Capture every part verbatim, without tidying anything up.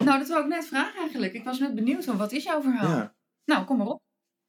Nou, dat wou ik net vragen eigenlijk. Ik was net benieuwd van, wat is jouw verhaal? Ja, Nou, kom maar op.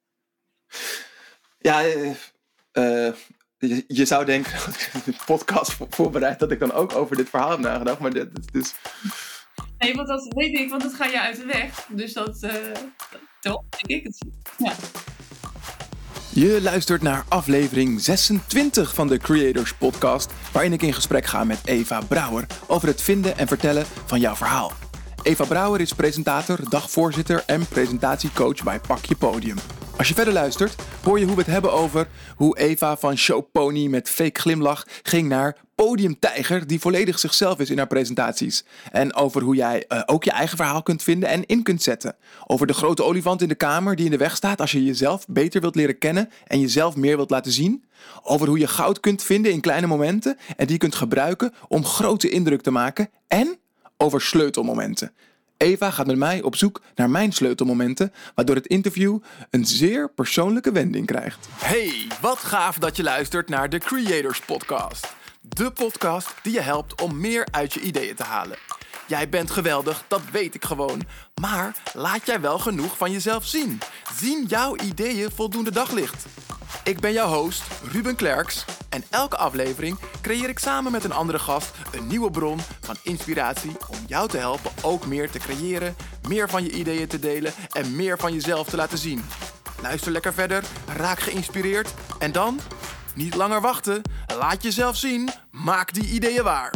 ja eh, eh, je, je zou denken dat ik een podcast voor- voorbereid dat ik dan ook over dit verhaal heb nagedacht. Maar dit, dit- dus, Nee, want dat weet ik, want dat ga je uit de weg. Dus dat, eh toch, denk ik het. Ja. Je luistert naar aflevering zesentwintig van de Creators Podcast, waarin ik in gesprek ga met Eva Brouwer over het vinden en vertellen van jouw verhaal. Eva Brouwer is presentator, dagvoorzitter en presentatiecoach bij Pak Je Podium. Als je verder luistert, hoor je hoe we het hebben over hoe Eva van showpony met fake glimlach ging naar podiumtijger die volledig zichzelf is in haar presentaties. En over hoe jij uh, ook je eigen verhaal kunt vinden en in kunt zetten. Over de grote olifant in de kamer die in de weg staat als je jezelf beter wilt leren kennen en jezelf meer wilt laten zien. Over hoe je goud kunt vinden in kleine momenten en die kunt gebruiken om grote indruk te maken. En over sleutelmomenten. Eva gaat met mij op zoek naar mijn sleutelmomenten, waardoor het interview een zeer persoonlijke wending krijgt. Hey, wat gaaf dat je luistert naar de Creators Podcast. De podcast die je helpt om meer uit je ideeën te halen. Jij bent geweldig, dat weet ik gewoon. Maar laat jij wel genoeg van jezelf zien? Zien jouw ideeën voldoende daglicht? Ik ben jouw host, Ruben Klerks. En elke aflevering creëer ik samen met een andere gast een nieuwe bron van inspiratie om jou te helpen ook meer te creëren, meer van je ideeën te delen en meer van jezelf te laten zien. Luister lekker verder, raak geïnspireerd en dan, niet langer wachten, laat jezelf zien, maak die ideeën waar.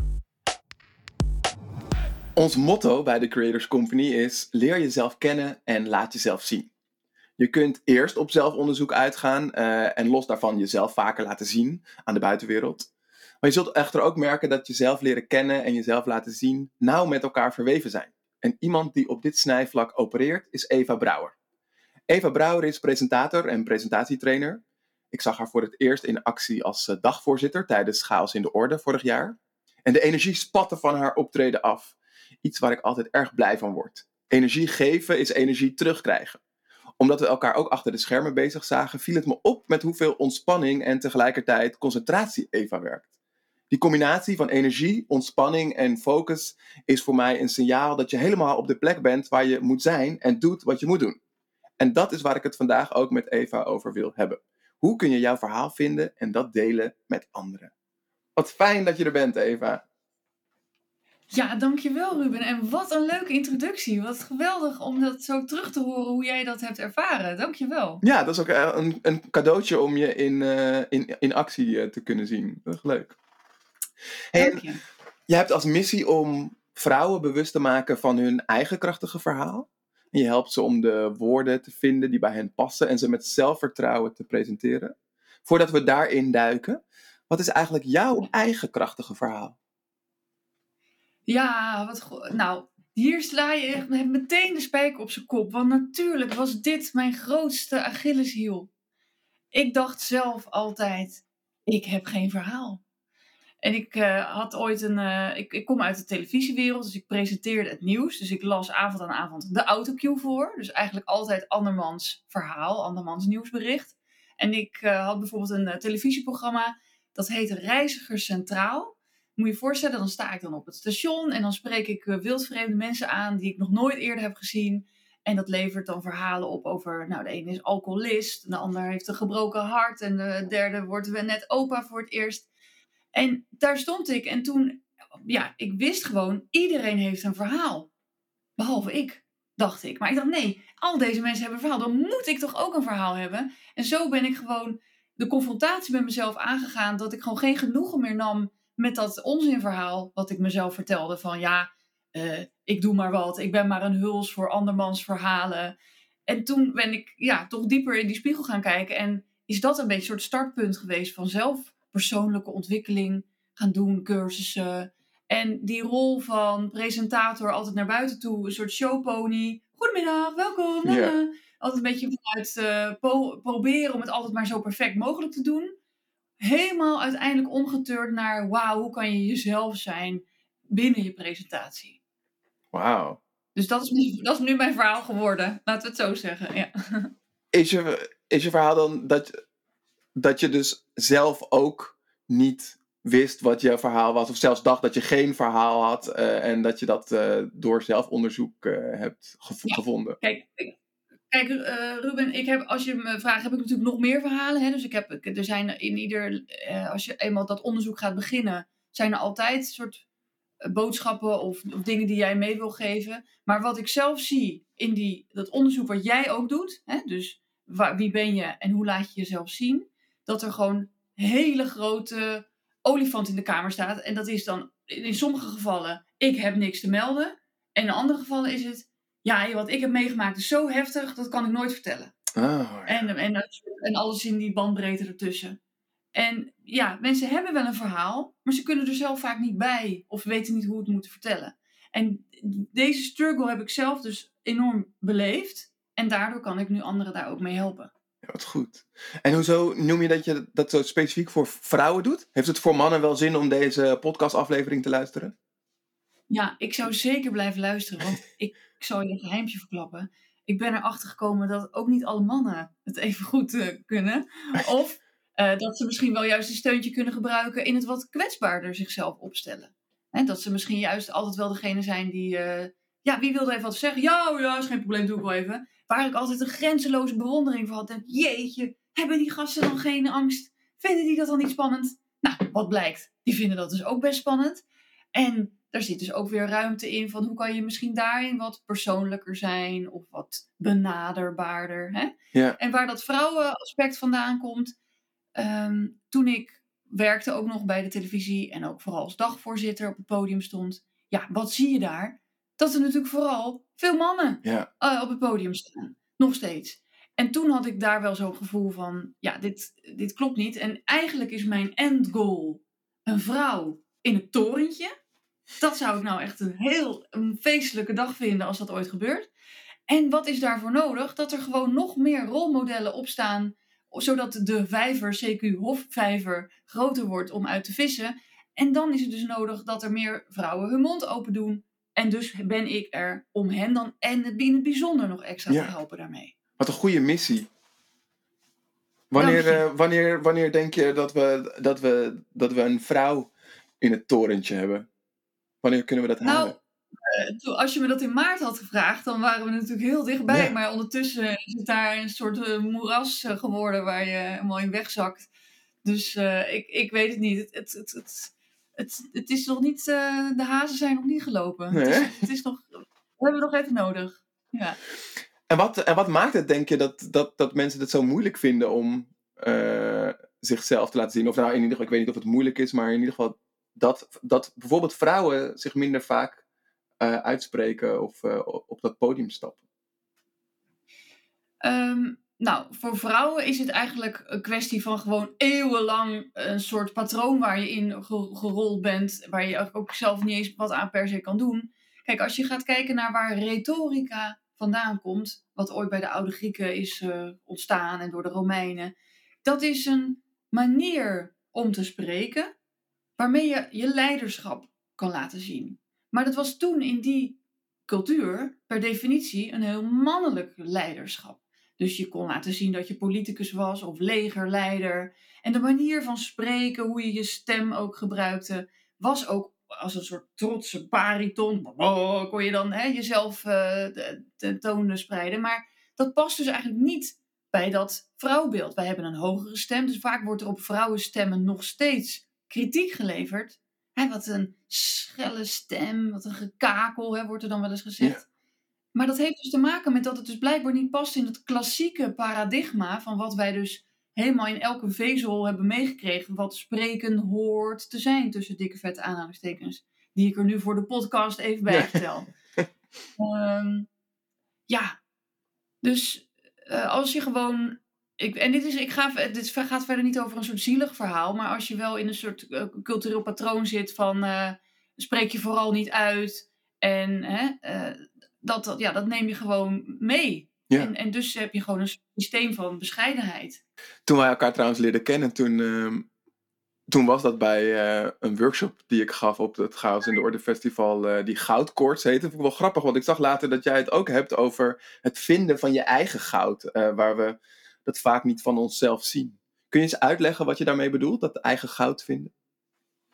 Ons motto bij de Creators Company is: leer jezelf kennen en laat jezelf zien. Je kunt eerst op zelfonderzoek uitgaan uh, en los daarvan jezelf vaker laten zien aan de buitenwereld. Maar je zult echter ook merken dat jezelf leren kennen en jezelf laten zien nauw met elkaar verweven zijn. En iemand die op dit snijvlak opereert is Eva Brouwer. Eva Brouwer is presentator en presentatietrainer. Ik zag haar voor het eerst in actie als uh, dagvoorzitter tijdens Chaos in de Orde vorig jaar. En de energie spatte van haar optreden af. Iets waar ik altijd erg blij van word. Energie geven is energie terugkrijgen. Omdat we elkaar ook achter de schermen bezig zagen, viel het me op met hoeveel ontspanning en tegelijkertijd concentratie Eva werkt. Die combinatie van energie, ontspanning en focus is voor mij een signaal dat je helemaal op de plek bent waar je moet zijn en doet wat je moet doen. En dat is waar ik het vandaag ook met Eva over wil hebben. Hoe kun je jouw verhaal vinden en dat delen met anderen? Wat fijn dat je er bent, Eva. Ja, dankjewel Ruben. En wat een leuke introductie. Wat geweldig om dat zo terug te horen hoe jij dat hebt ervaren. Dankjewel. Ja, dat is ook een, een cadeautje om je in, uh, in, in actie uh, te kunnen zien. Dat is leuk. Hey, Dank je. Je hebt als missie om vrouwen bewust te maken van hun eigen krachtige verhaal. En je helpt ze om de woorden te vinden die bij hen passen en ze met zelfvertrouwen te presenteren. Voordat we daarin duiken, wat is eigenlijk jouw eigen krachtige verhaal? Ja, wat go- nou, hier sla je echt meteen de spijker op zijn kop. Want natuurlijk was dit mijn grootste Achilleshiel. Ik dacht zelf altijd, ik heb geen verhaal. En ik uh, had ooit een... Uh, ik, ik kom uit de televisiewereld, dus ik presenteerde het nieuws. Dus ik las avond aan avond de autocue voor. Dus eigenlijk altijd andermans verhaal, andermans nieuwsbericht. En ik uh, had bijvoorbeeld een uh, televisieprogramma, dat heette Reiziger Centraal. Moet je je voorstellen, dan sta ik dan op het station en dan spreek ik uh, wildvreemde mensen aan die ik nog nooit eerder heb gezien. En dat levert dan verhalen op over, nou de ene is alcoholist, de ander heeft een gebroken hart en de derde wordt net opa voor het eerst. En daar stond ik en toen, ja, ik wist gewoon, iedereen heeft een verhaal. Behalve ik, dacht ik. Maar ik dacht, nee, al deze mensen hebben een verhaal. Dan moet ik toch ook een verhaal hebben? En zo ben ik gewoon de confrontatie met mezelf aangegaan, dat ik gewoon geen genoegen meer nam met dat onzinverhaal wat ik mezelf vertelde. Van ja, uh, ik doe maar wat, ik ben maar een huls voor andermans verhalen. En toen ben ik ja, toch dieper in die spiegel gaan kijken. En is dat een beetje een soort startpunt geweest van zelf persoonlijke ontwikkeling gaan doen, cursussen. En die rol van presentator altijd naar buiten toe, een soort showpony. Goedemiddag, welkom. Yeah. Altijd een beetje vanuit uh, po- proberen om het altijd maar zo perfect mogelijk te doen. Helemaal uiteindelijk omgeturnd naar, wauw, hoe kan je jezelf zijn binnen je presentatie. Wauw. Dus dat is, dat is nu mijn verhaal geworden, laten we het zo zeggen. Ja. Is je, is je verhaal dan dat, dat je dus zelf ook niet wist wat je verhaal was, of zelfs dacht dat je geen verhaal had, uh, en dat je dat uh, door zelfonderzoek uh, hebt gev- Ja. gevonden. Kijk, ik- kijk uh, Ruben, ik heb, als je me vraagt, heb ik natuurlijk nog meer verhalen. Hè? Dus ik heb, ik- er zijn in ieder, uh, als je eenmaal dat onderzoek gaat beginnen, zijn er altijd soort uh, boodschappen of, of dingen die jij mee wil geven. Maar wat ik zelf zie in die, dat onderzoek wat jij ook doet, hè? Dus waar, wie ben je en hoe laat je jezelf zien, dat er gewoon hele grote olifant in de kamer staat. En dat is dan in sommige gevallen, ik heb niks te melden. En in andere gevallen is het, ja, wat ik heb meegemaakt is zo heftig, dat kan ik nooit vertellen. Oh, ja. En, en, en alles in die bandbreedte ertussen. En ja, mensen hebben wel een verhaal, maar ze kunnen er zelf vaak niet bij. Of weten niet hoe het moeten vertellen. En deze struggle heb ik zelf dus enorm beleefd. En daardoor kan ik nu anderen daar ook mee helpen. Ja, wat goed. En hoezo noem je dat je dat zo specifiek voor vrouwen doet? Heeft het voor mannen wel zin om deze podcastaflevering te luisteren? Ja, ik zou zeker blijven luisteren, want ik, ik zal je een geheimtje verklappen. Ik ben erachter gekomen dat ook niet alle mannen het even goed uh, kunnen. Of uh, dat ze misschien wel juist een steuntje kunnen gebruiken in het wat kwetsbaarder zichzelf opstellen. Hè, dat ze misschien juist altijd wel degene zijn die... Uh, ja, wie wilde even wat zeggen? Ja, ja, is geen probleem, doe ik wel even. Waar ik altijd een grenzeloze bewondering voor had. Denk, jeetje, hebben die gasten dan geen angst? Vinden die dat dan niet spannend? Nou, wat blijkt? Die vinden dat dus ook best spannend. En daar zit dus ook weer ruimte in van hoe kan je misschien daarin wat persoonlijker zijn of wat benaderbaarder. Hè? Ja. En waar dat vrouwenaspect vandaan komt, um, toen ik werkte ook nog bij de televisie en ook vooral als dagvoorzitter op het podium stond. Ja, wat zie je daar? Dat er natuurlijk vooral veel mannen Ja. uh, op het podium staan. Nog steeds. En toen had ik daar wel zo'n gevoel van, ja, dit, dit klopt niet. En eigenlijk is mijn endgoal een vrouw in het torentje. Dat zou ik nou echt een heel een feestelijke dag vinden als dat ooit gebeurt. En wat is daarvoor nodig? Dat er gewoon nog meer rolmodellen opstaan, zodat de vijver, C Q Hofvijver, groter wordt om uit te vissen. En dan is het dus nodig dat er meer vrouwen hun mond open doen. En dus ben ik er om hen dan en in het bijzonder nog extra ja. te helpen daarmee. Wat een goede missie. Wanneer, uh, wanneer, wanneer denk je dat we, dat, we, dat we een vrouw in het torentje hebben? Wanneer kunnen we dat nou, halen? Uh, toen, als je me dat in maart had gevraagd, dan waren we natuurlijk heel dichtbij. Ja. Maar ondertussen is het daar een soort uh, moeras uh, geworden waar je helemaal in wegzakt. Dus uh, ik, ik weet het niet. Het, het, het, het, het, het is nog niet, uh, de hazen zijn nog niet gelopen. Nee? Het is, het is nog, we hebben nog even nodig. Ja. En, wat, en wat maakt het, denk je, dat, dat, dat mensen het zo moeilijk vinden om uh, zichzelf te laten zien? Of nou, in ieder geval, ik weet niet of het moeilijk is, maar in ieder geval dat, dat bijvoorbeeld vrouwen zich minder vaak Uh, uitspreken of uh, op dat podium stappen? Um, nou, voor vrouwen is het eigenlijk een kwestie van gewoon eeuwenlang een soort patroon waar je in gerold bent, waar je ook zelf niet eens wat aan per se kan doen. Kijk, als je gaat kijken naar waar retorica vandaan komt, wat ooit bij de oude Grieken is uh, ontstaan en door de Romeinen, dat is een manier om te spreken waarmee je je leiderschap kan laten zien. Maar dat was toen in die cultuur per definitie een heel mannelijk leiderschap. Dus je kon laten zien dat je politicus was of legerleider. En de manier van spreken, hoe je je stem ook gebruikte, was ook als een soort trotse bariton. Oh, kon je dan hè, jezelf uh, tentoonspreiden. Maar dat past dus eigenlijk niet bij dat vrouwbeeld. Wij hebben een hogere stem, dus vaak wordt er op vrouwenstemmen nog steeds kritiek geleverd. Hè, wat een schelle stem, wat een gekakel, hè, wordt er dan wel eens gezegd. Ja. Maar dat heeft dus te maken met dat het dus blijkbaar niet past in het klassieke paradigma van wat wij dus helemaal in elke vezel hebben meegekregen, wat spreken hoort te zijn, tussen dikke vette aanhalingstekens, die ik er nu voor de podcast even bij ja. vertel. um, ja, dus uh, als je gewoon... Ik, en dit, is, ik ga, dit gaat verder niet over een soort zielig verhaal, maar als je wel in een soort uh, cultureel patroon zit van uh, spreek je vooral niet uit en hè, uh, dat, dat, ja, dat neem je gewoon mee. Ja. En, en dus heb je gewoon een systeem van bescheidenheid. Toen wij elkaar trouwens leerden kennen, toen, uh, toen was dat bij uh, een workshop die ik gaf op het Chaos in de Orde Festival, uh, die Goudkoorts heette. Dat vond ik wel grappig, want ik zag later dat jij het ook hebt over het vinden van je eigen goud, uh, waar we dat vaak niet van onszelf zien. Kun je eens uitleggen wat je daarmee bedoelt, dat eigen goud vinden?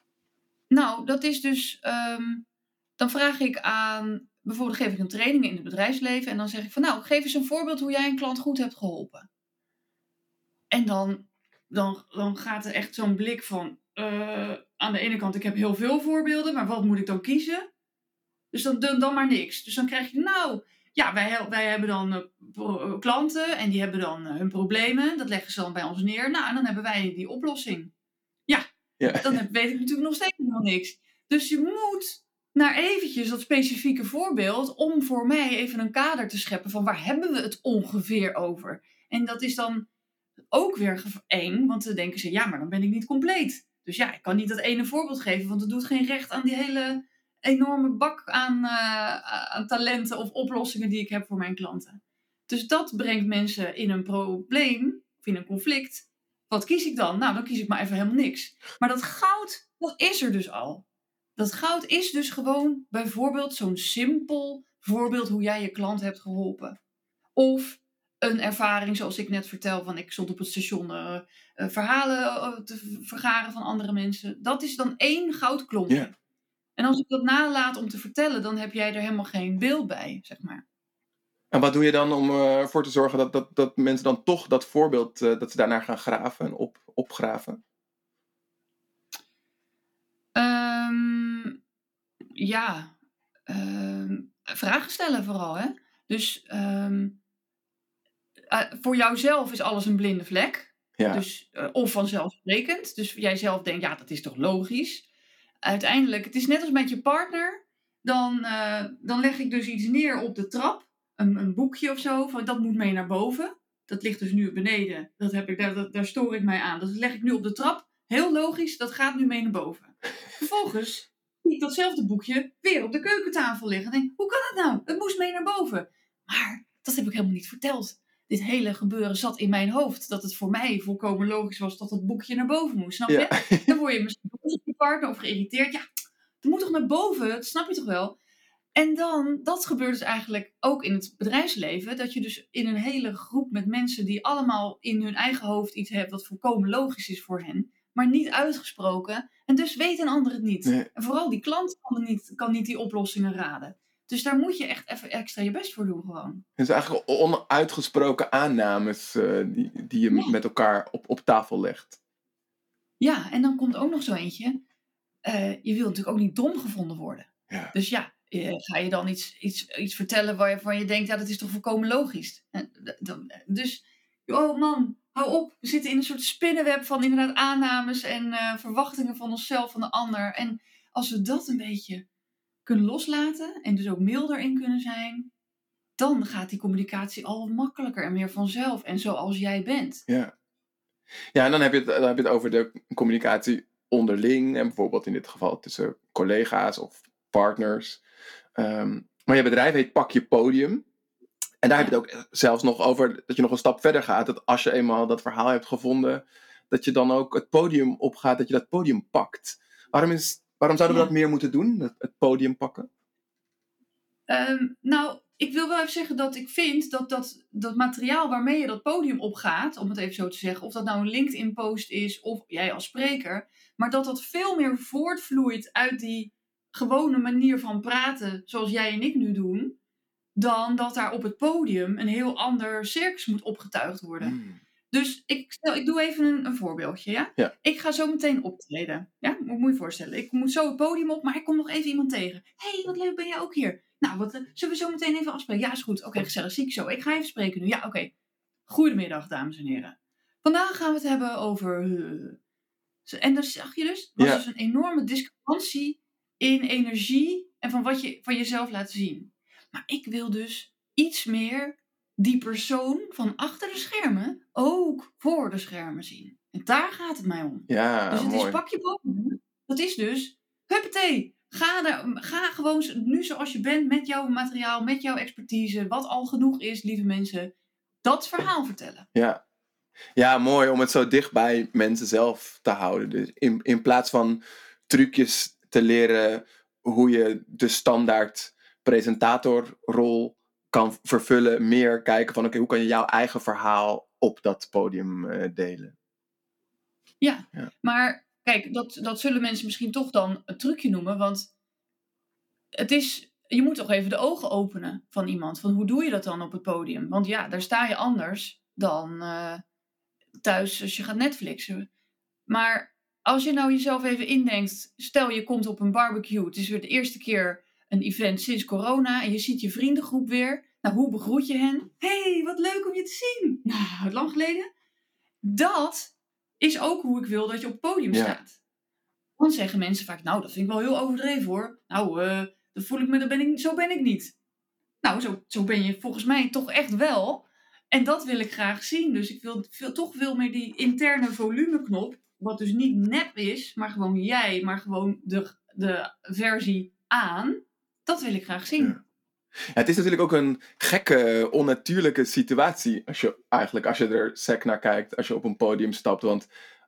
Nou, dat is dus... Um, dan vraag ik aan... Bijvoorbeeld geef ik een training in het bedrijfsleven. En dan zeg ik van nou, geef eens een voorbeeld hoe jij een klant goed hebt geholpen. En dan, dan, dan gaat er echt zo'n blik van... Uh, aan de ene kant, ik heb heel veel voorbeelden. Maar wat moet ik dan kiezen? Dus dan, dan, dan maar niks. Dus dan krijg je nou... Ja, wij, wij hebben dan uh, klanten. En die hebben dan uh, hun problemen. Dat leggen ze dan bij ons neer. Nou, en dan hebben wij die oplossing. Ja, ja. Dan heb, weet ik natuurlijk nog steeds nog niks. Dus je moet... naar eventjes dat specifieke voorbeeld... om voor mij even een kader te scheppen... van waar hebben we het ongeveer over? En dat is dan ook weer eng... want dan denken ze... ja, maar dan ben ik niet compleet. Dus ja, ik kan niet dat ene voorbeeld geven... want het doet geen recht aan die hele enorme bak aan, uh, aan talenten... of oplossingen die ik heb voor mijn klanten. Dus dat brengt mensen in een probleem... of in een conflict. Wat kies ik dan? Nou, dan kies ik maar even helemaal niks. Maar dat goud, dat is er dus al. Dat goud is dus gewoon bijvoorbeeld zo'n simpel voorbeeld hoe jij je klant hebt geholpen. Of een ervaring zoals ik net vertel, van ik stond op het station uh, uh, verhalen uh, te vergaren van andere mensen. Dat is dan één goudklompje. Yeah. En als ik dat nalaat om te vertellen, dan heb jij er helemaal geen beeld bij, zeg maar. En wat doe je dan om uh, ervoor te zorgen dat, dat, dat mensen dan toch dat voorbeeld, uh, dat ze daarnaar gaan graven en op, opgraven? Um, ja, um, vragen stellen vooral, hè. Dus um, uh, voor jouzelf is alles een blinde vlek. Ja. Dus, uh, of vanzelfsprekend. Dus jij zelf denkt, ja, dat is toch logisch. Uiteindelijk, het is net als met je partner. Dan, uh, dan leg ik dus iets neer op de trap. Een, een boekje of zo. Van, dat moet mee naar boven. Dat ligt dus nu beneden. Dat heb ik, daar, dat, daar stoor ik mij aan. Dat leg ik nu op de trap. Heel logisch, dat gaat nu mee naar boven. Vervolgens zie ik datzelfde boekje weer op de keukentafel liggen. En denk, hoe kan het nou? Het moest mee naar boven. Maar dat heb ik helemaal niet verteld. Dit hele gebeuren zat in mijn hoofd. Dat het voor mij volkomen logisch was dat het boekje naar boven moest. Snap je? Ja. Dan word je misschien boos op je partner of geïrriteerd. Ja, het moet toch naar boven? Dat snap je toch wel? En dan, dat gebeurt dus eigenlijk ook in het bedrijfsleven. Dat je dus in een hele groep met mensen die allemaal in hun eigen hoofd iets hebben wat volkomen logisch is voor hen. Maar niet uitgesproken. En dus weet een ander het niet. Nee. En vooral die klant kan niet, kan niet die oplossingen raden. Dus daar moet je echt even extra je best voor doen gewoon. Het is eigenlijk onuitgesproken aannames uh, die, die je ja. met elkaar op, op tafel legt. Ja, en dan komt ook nog zo eentje. Uh, je wilt natuurlijk ook niet dom gevonden worden. Ja. Dus ja, uh, ga je dan iets, iets, iets vertellen waarvan je denkt, ja, dat is toch volkomen logisch. En, dan, dus, oh man, hou op. We zitten in een soort spinnenweb van inderdaad aannames en uh, verwachtingen van onszelf, van de ander. En als we dat een beetje kunnen loslaten en dus ook milder in kunnen zijn, dan gaat die communicatie al makkelijker en meer vanzelf. En zoals jij bent. Ja, ja en dan heb, je het, dan heb je het over de communicatie onderling. En bijvoorbeeld in dit geval tussen collega's of partners. Um, maar je bedrijf heet Pak je Podium. En daar ja. heb je het ook zelfs nog over dat je nog een stap verder gaat. Dat als je eenmaal dat verhaal hebt gevonden, dat je dan ook het podium opgaat, dat je dat podium pakt. Waarom, is, waarom zouden we ja. dat meer moeten doen, het, het podium pakken? Um, nou, ik wil wel even zeggen dat ik vind dat, dat dat materiaal waarmee je dat podium opgaat, om het even zo te zeggen, of dat nou een LinkedIn-post is of jij als spreker, maar dat dat veel meer voortvloeit uit die gewone manier van praten, zoals jij en ik nu doen, dan dat daar op het podium een heel ander circus moet opgetuigd worden. Mm. Dus ik, stel, ik doe even een, een voorbeeldje. Ja? Ja. Ik ga zo meteen optreden. Ja? Moet je je voorstellen. Ik moet zo het podium op, maar ik kom nog even iemand tegen. Hé, hey, wat leuk, ben jij ook hier? Nou, wat, uh, zullen we zo meteen even afspreken? Ja, is goed. Oké, okay, gezellig. Zie ik zo. Ik ga even spreken nu. Ja, oké. Okay. Goedemiddag, dames en heren. Vandaag gaan we het hebben over... Uh, en dan zag je dus, was ja. dus een enorme discrepantie in energie en van wat je van jezelf laat zien. Maar ik wil dus iets meer die persoon van achter de schermen ook voor de schermen zien. En daar gaat het mij om. Ja, dus het mooi. is pak je boven. Dat is dus, huppatee, ga, er, ga gewoon nu zoals je bent met jouw materiaal, met jouw expertise, wat al genoeg is, lieve mensen, dat verhaal vertellen. Ja, ja mooi om het zo dicht bij mensen zelf te houden. Dus in, in plaats van trucjes te leren hoe je de standaard presentatorrol kan vervullen, meer kijken van oké, okay, hoe kan je jouw eigen verhaal op dat podium uh, delen? Ja, ja, maar kijk, dat, dat zullen mensen misschien toch dan een trucje noemen. Want het is, je moet toch even de ogen openen van iemand. Van hoe doe je dat dan op het podium? Want ja, daar sta je anders dan uh, thuis als je gaat Netflixen. Maar als je nou jezelf even indenkt, stel je komt op een barbecue. Het is weer de eerste keer een event sinds corona. En je ziet je vriendengroep weer. Nou, hoe begroet je hen? Hey, wat leuk om je te zien. Nou, lang geleden. Dat is ook hoe ik wil dat je op het podium Ja. staat. Dan zeggen mensen vaak, nou, dat vind ik wel heel overdreven hoor. Nou, uh, dat voel ik me, dat ben ik, zo ben ik niet. Nou, zo, zo ben je volgens mij toch echt wel. En dat wil ik graag zien. Dus ik wil, wil toch veel meer die interne volumeknop. Wat dus niet nep is, maar gewoon jij, maar gewoon de, de versie aan. Dat wil ik graag zien. Ja. Ja, het is natuurlijk ook een gekke, onnatuurlijke situatie. Als je eigenlijk, als je er sec naar kijkt, als je op een podium stapt. Want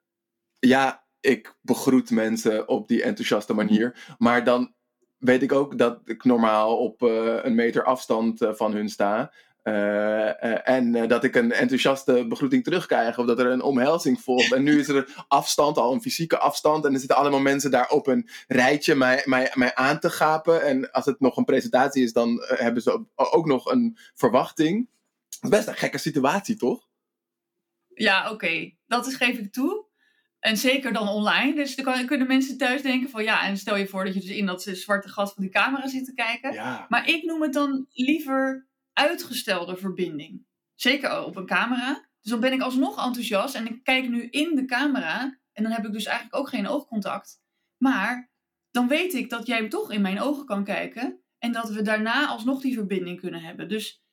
ja, ik begroet mensen op die enthousiaste manier. Maar dan weet ik ook dat ik normaal op uh, een meter afstand uh, van hun sta. Uh, uh, en uh, dat ik een enthousiaste begroeting terugkrijg. Of dat er een omhelzing volgt. En nu is er afstand, al een fysieke afstand. En er zitten allemaal mensen daar op een rijtje mij, mij, mij aan te gapen. En als het nog een presentatie is, dan uh, hebben ze ook nog een verwachting. Dat is best een gekke situatie, toch? Ja, oké. Okay. Dat is, geef ik toe. En zeker dan online. Dus dan kunnen mensen thuis denken van ja, en stel je voor dat je dus in dat zwarte gat van die camera zit te kijken. Ja. Maar ik noem het dan liever uitgestelde verbinding. Zeker op een camera. Dus dan ben ik alsnog enthousiast en ik kijk nu in de camera. En dan heb ik dus eigenlijk ook geen oogcontact. Maar dan weet ik dat jij toch in mijn ogen kan kijken. En dat we daarna alsnog die verbinding kunnen hebben. Dus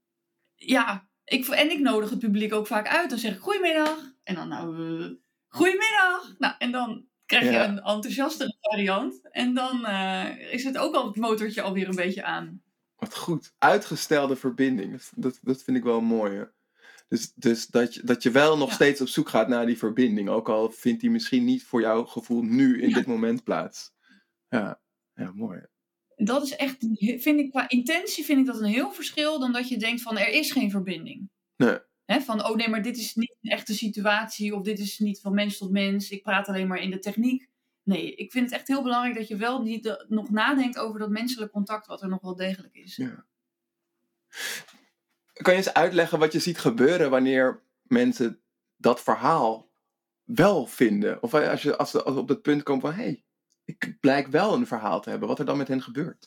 ja, ik, en ik nodig het publiek ook vaak uit. Dan zeg ik goedemiddag. En dan nou... Uh, Goedemiddag! Nou, en dan krijg je ja. een enthousiastere variant. En dan uh, is het ook al het motortje alweer een beetje aan. Wat goed. Uitgestelde verbinding. Dat, dat vind ik wel mooi. Hè? Dus, dus dat, je, dat je wel nog ja. steeds op zoek gaat naar die verbinding. Ook al vindt die misschien niet voor jouw gevoel nu in ja. dit moment plaats. Ja, ja mooi. Dat is echt, vind ik, qua intentie vind ik dat een heel verschil dan dat je denkt van er is geen verbinding. Nee. He, van, oh nee, maar dit is niet een echte situatie. Of dit is niet van mens tot mens. Ik praat alleen maar in de techniek. Nee, ik vind het echt heel belangrijk dat je wel niet de, nog nadenkt over dat menselijk contact. Wat er nog wel degelijk is. Ja. Kan je eens uitleggen wat je ziet gebeuren wanneer mensen dat verhaal wel vinden? Of als je als ze op dat punt komen van, hé, hey, ik blijk wel een verhaal te hebben. Wat er dan met hen gebeurt?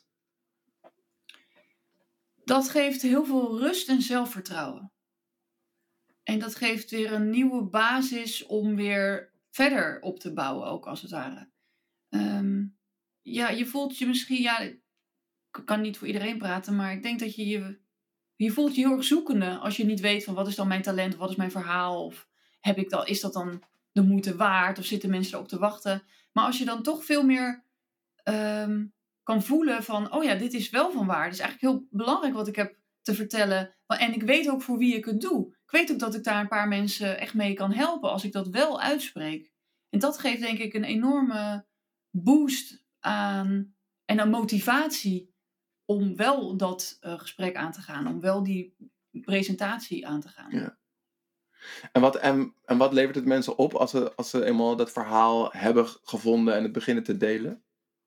Dat geeft heel veel rust en zelfvertrouwen. En dat geeft weer een nieuwe basis om weer verder op te bouwen, ook als het ware. Um, ja, je voelt je misschien, ja, ik kan niet voor iedereen praten, maar ik denk dat je je, je voelt je heel erg zoekende als je niet weet van wat is dan mijn talent of wat is mijn verhaal of heb ik dat, is dat dan de moeite waard of zitten mensen erop te wachten. Maar als je dan toch veel meer um, kan voelen van, oh ja, dit is wel van waarde. Het is eigenlijk heel belangrijk wat ik heb te vertellen. En ik weet ook voor wie ik het doe. Ik weet ook dat ik daar een paar mensen echt mee kan helpen als ik dat wel uitspreek. En dat geeft denk ik een enorme boost aan en een motivatie om wel dat uh, gesprek aan te gaan. Om wel die presentatie aan te gaan. Ja. En, wat, en, en wat levert het mensen op als ze, als ze eenmaal dat verhaal hebben gevonden en het beginnen te delen?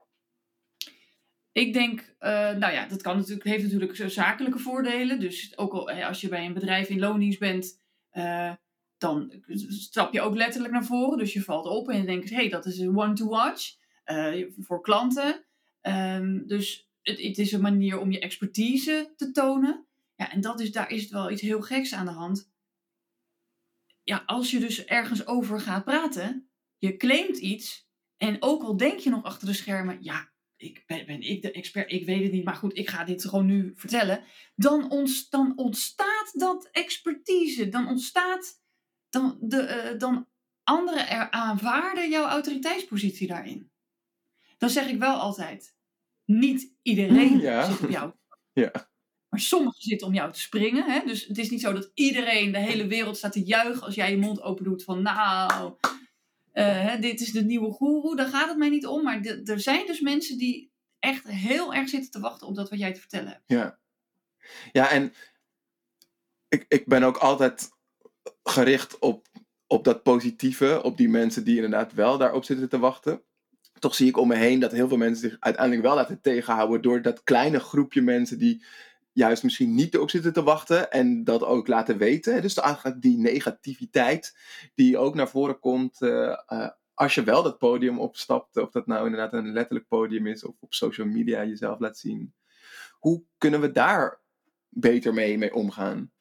Ik denk, uh, nou ja, dat kan natuurlijk, heeft natuurlijk zakelijke voordelen. Dus ook al, als je bij een bedrijf in loondienst bent, uh, dan stap je ook letterlijk naar voren. Dus je valt op en je denkt, hé, hey, dat is een one to watch uh, voor klanten. Um, dus het, het is een manier om je expertise te tonen. Ja, en dat is, daar is het wel iets heel geks aan de hand. Ja, als je dus ergens over gaat praten, je claimt iets en ook al denk je nog achter de schermen, ja, ik ben, ben ik de expert, ik weet het niet, maar goed, ik ga dit gewoon nu vertellen. Dan, ontst, dan ontstaat dat expertise, dan ontstaat, dan, de, uh, dan anderen er aanvaarden jouw autoriteitspositie daarin. Dan zeg ik wel altijd, niet iedereen ja. zit op jou. Ja. Maar sommigen zitten om jou te springen. Hè? Dus het is niet zo dat iedereen, de hele wereld staat te juichen als jij je mond open doet van nou... Uh, hè, dit is de nieuwe goeroe, daar gaat het mij niet om. Maar de, er zijn dus mensen die echt heel erg zitten te wachten op dat wat jij te vertellen hebt. Ja, ja en ik, ik ben ook altijd gericht op op dat positieve, op die mensen die inderdaad wel daarop zitten te wachten. Toch zie ik om me heen dat heel veel mensen zich uiteindelijk wel laten tegenhouden door dat kleine groepje mensen die juist misschien niet erop zitten te wachten en dat ook laten weten. Dus eigenlijk die negativiteit die ook naar voren komt uh, uh, als je wel dat podium opstapt, of dat nou inderdaad een letterlijk podium is of op social media jezelf laat zien. Hoe kunnen we daar beter mee, mee omgaan?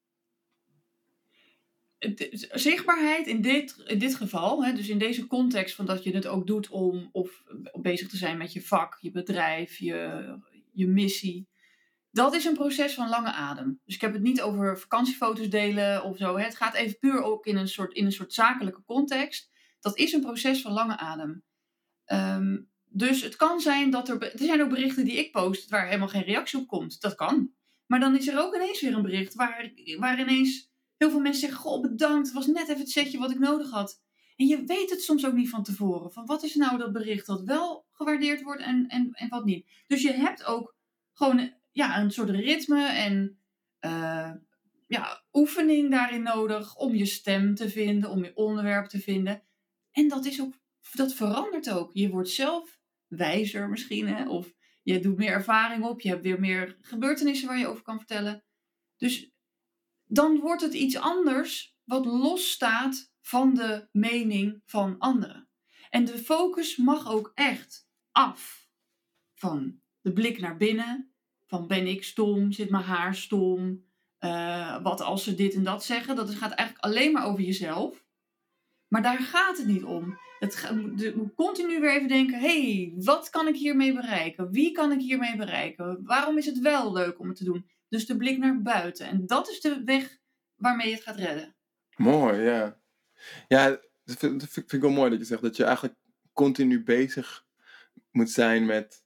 De zichtbaarheid in dit, in dit geval, hè, dus in deze context van dat je het ook doet om of bezig te zijn met je vak, je bedrijf, je, je missie. Dat is een proces van lange adem. Dus ik heb het niet over vakantiefoto's delen of zo. Hè. Het gaat even puur ook in een soort, in een soort zakelijke context. Dat is een proces van lange adem. Um, dus het kan zijn dat er... Er zijn ook berichten die ik post waar helemaal geen reactie op komt. Dat kan. Maar dan is er ook ineens weer een bericht waar, waar ineens heel veel mensen zeggen, goh, bedankt, het was net even het setje wat ik nodig had. En je weet het soms ook niet van tevoren. Van wat is nou dat bericht dat wel gewaardeerd wordt en, en, en wat niet. Dus je hebt ook gewoon ja, een soort ritme en uh, ja, oefening daarin nodig om je stem te vinden, om je onderwerp te vinden. En dat is ook, dat verandert ook. Je wordt zelf wijzer misschien, hè? Of je doet meer ervaring op, je hebt weer meer gebeurtenissen waar je over kan vertellen. Dus dan wordt het iets anders wat los staat van de mening van anderen. En de focus mag ook echt af van de blik naar binnen. Van ben ik stom, zit mijn haar stom, uh, wat als ze dit en dat zeggen. Dat gaat eigenlijk alleen maar over jezelf. Maar daar gaat het niet om. Het gaat, je moet continu weer even denken, hé, hey, wat kan ik hiermee bereiken? Wie kan ik hiermee bereiken? Waarom is het wel leuk om het te doen? Dus de blik naar buiten. En dat is de weg waarmee je het gaat redden. Mooi, ja. Ja, dat vind, dat vind ik wel mooi dat je zegt dat je eigenlijk continu bezig moet zijn met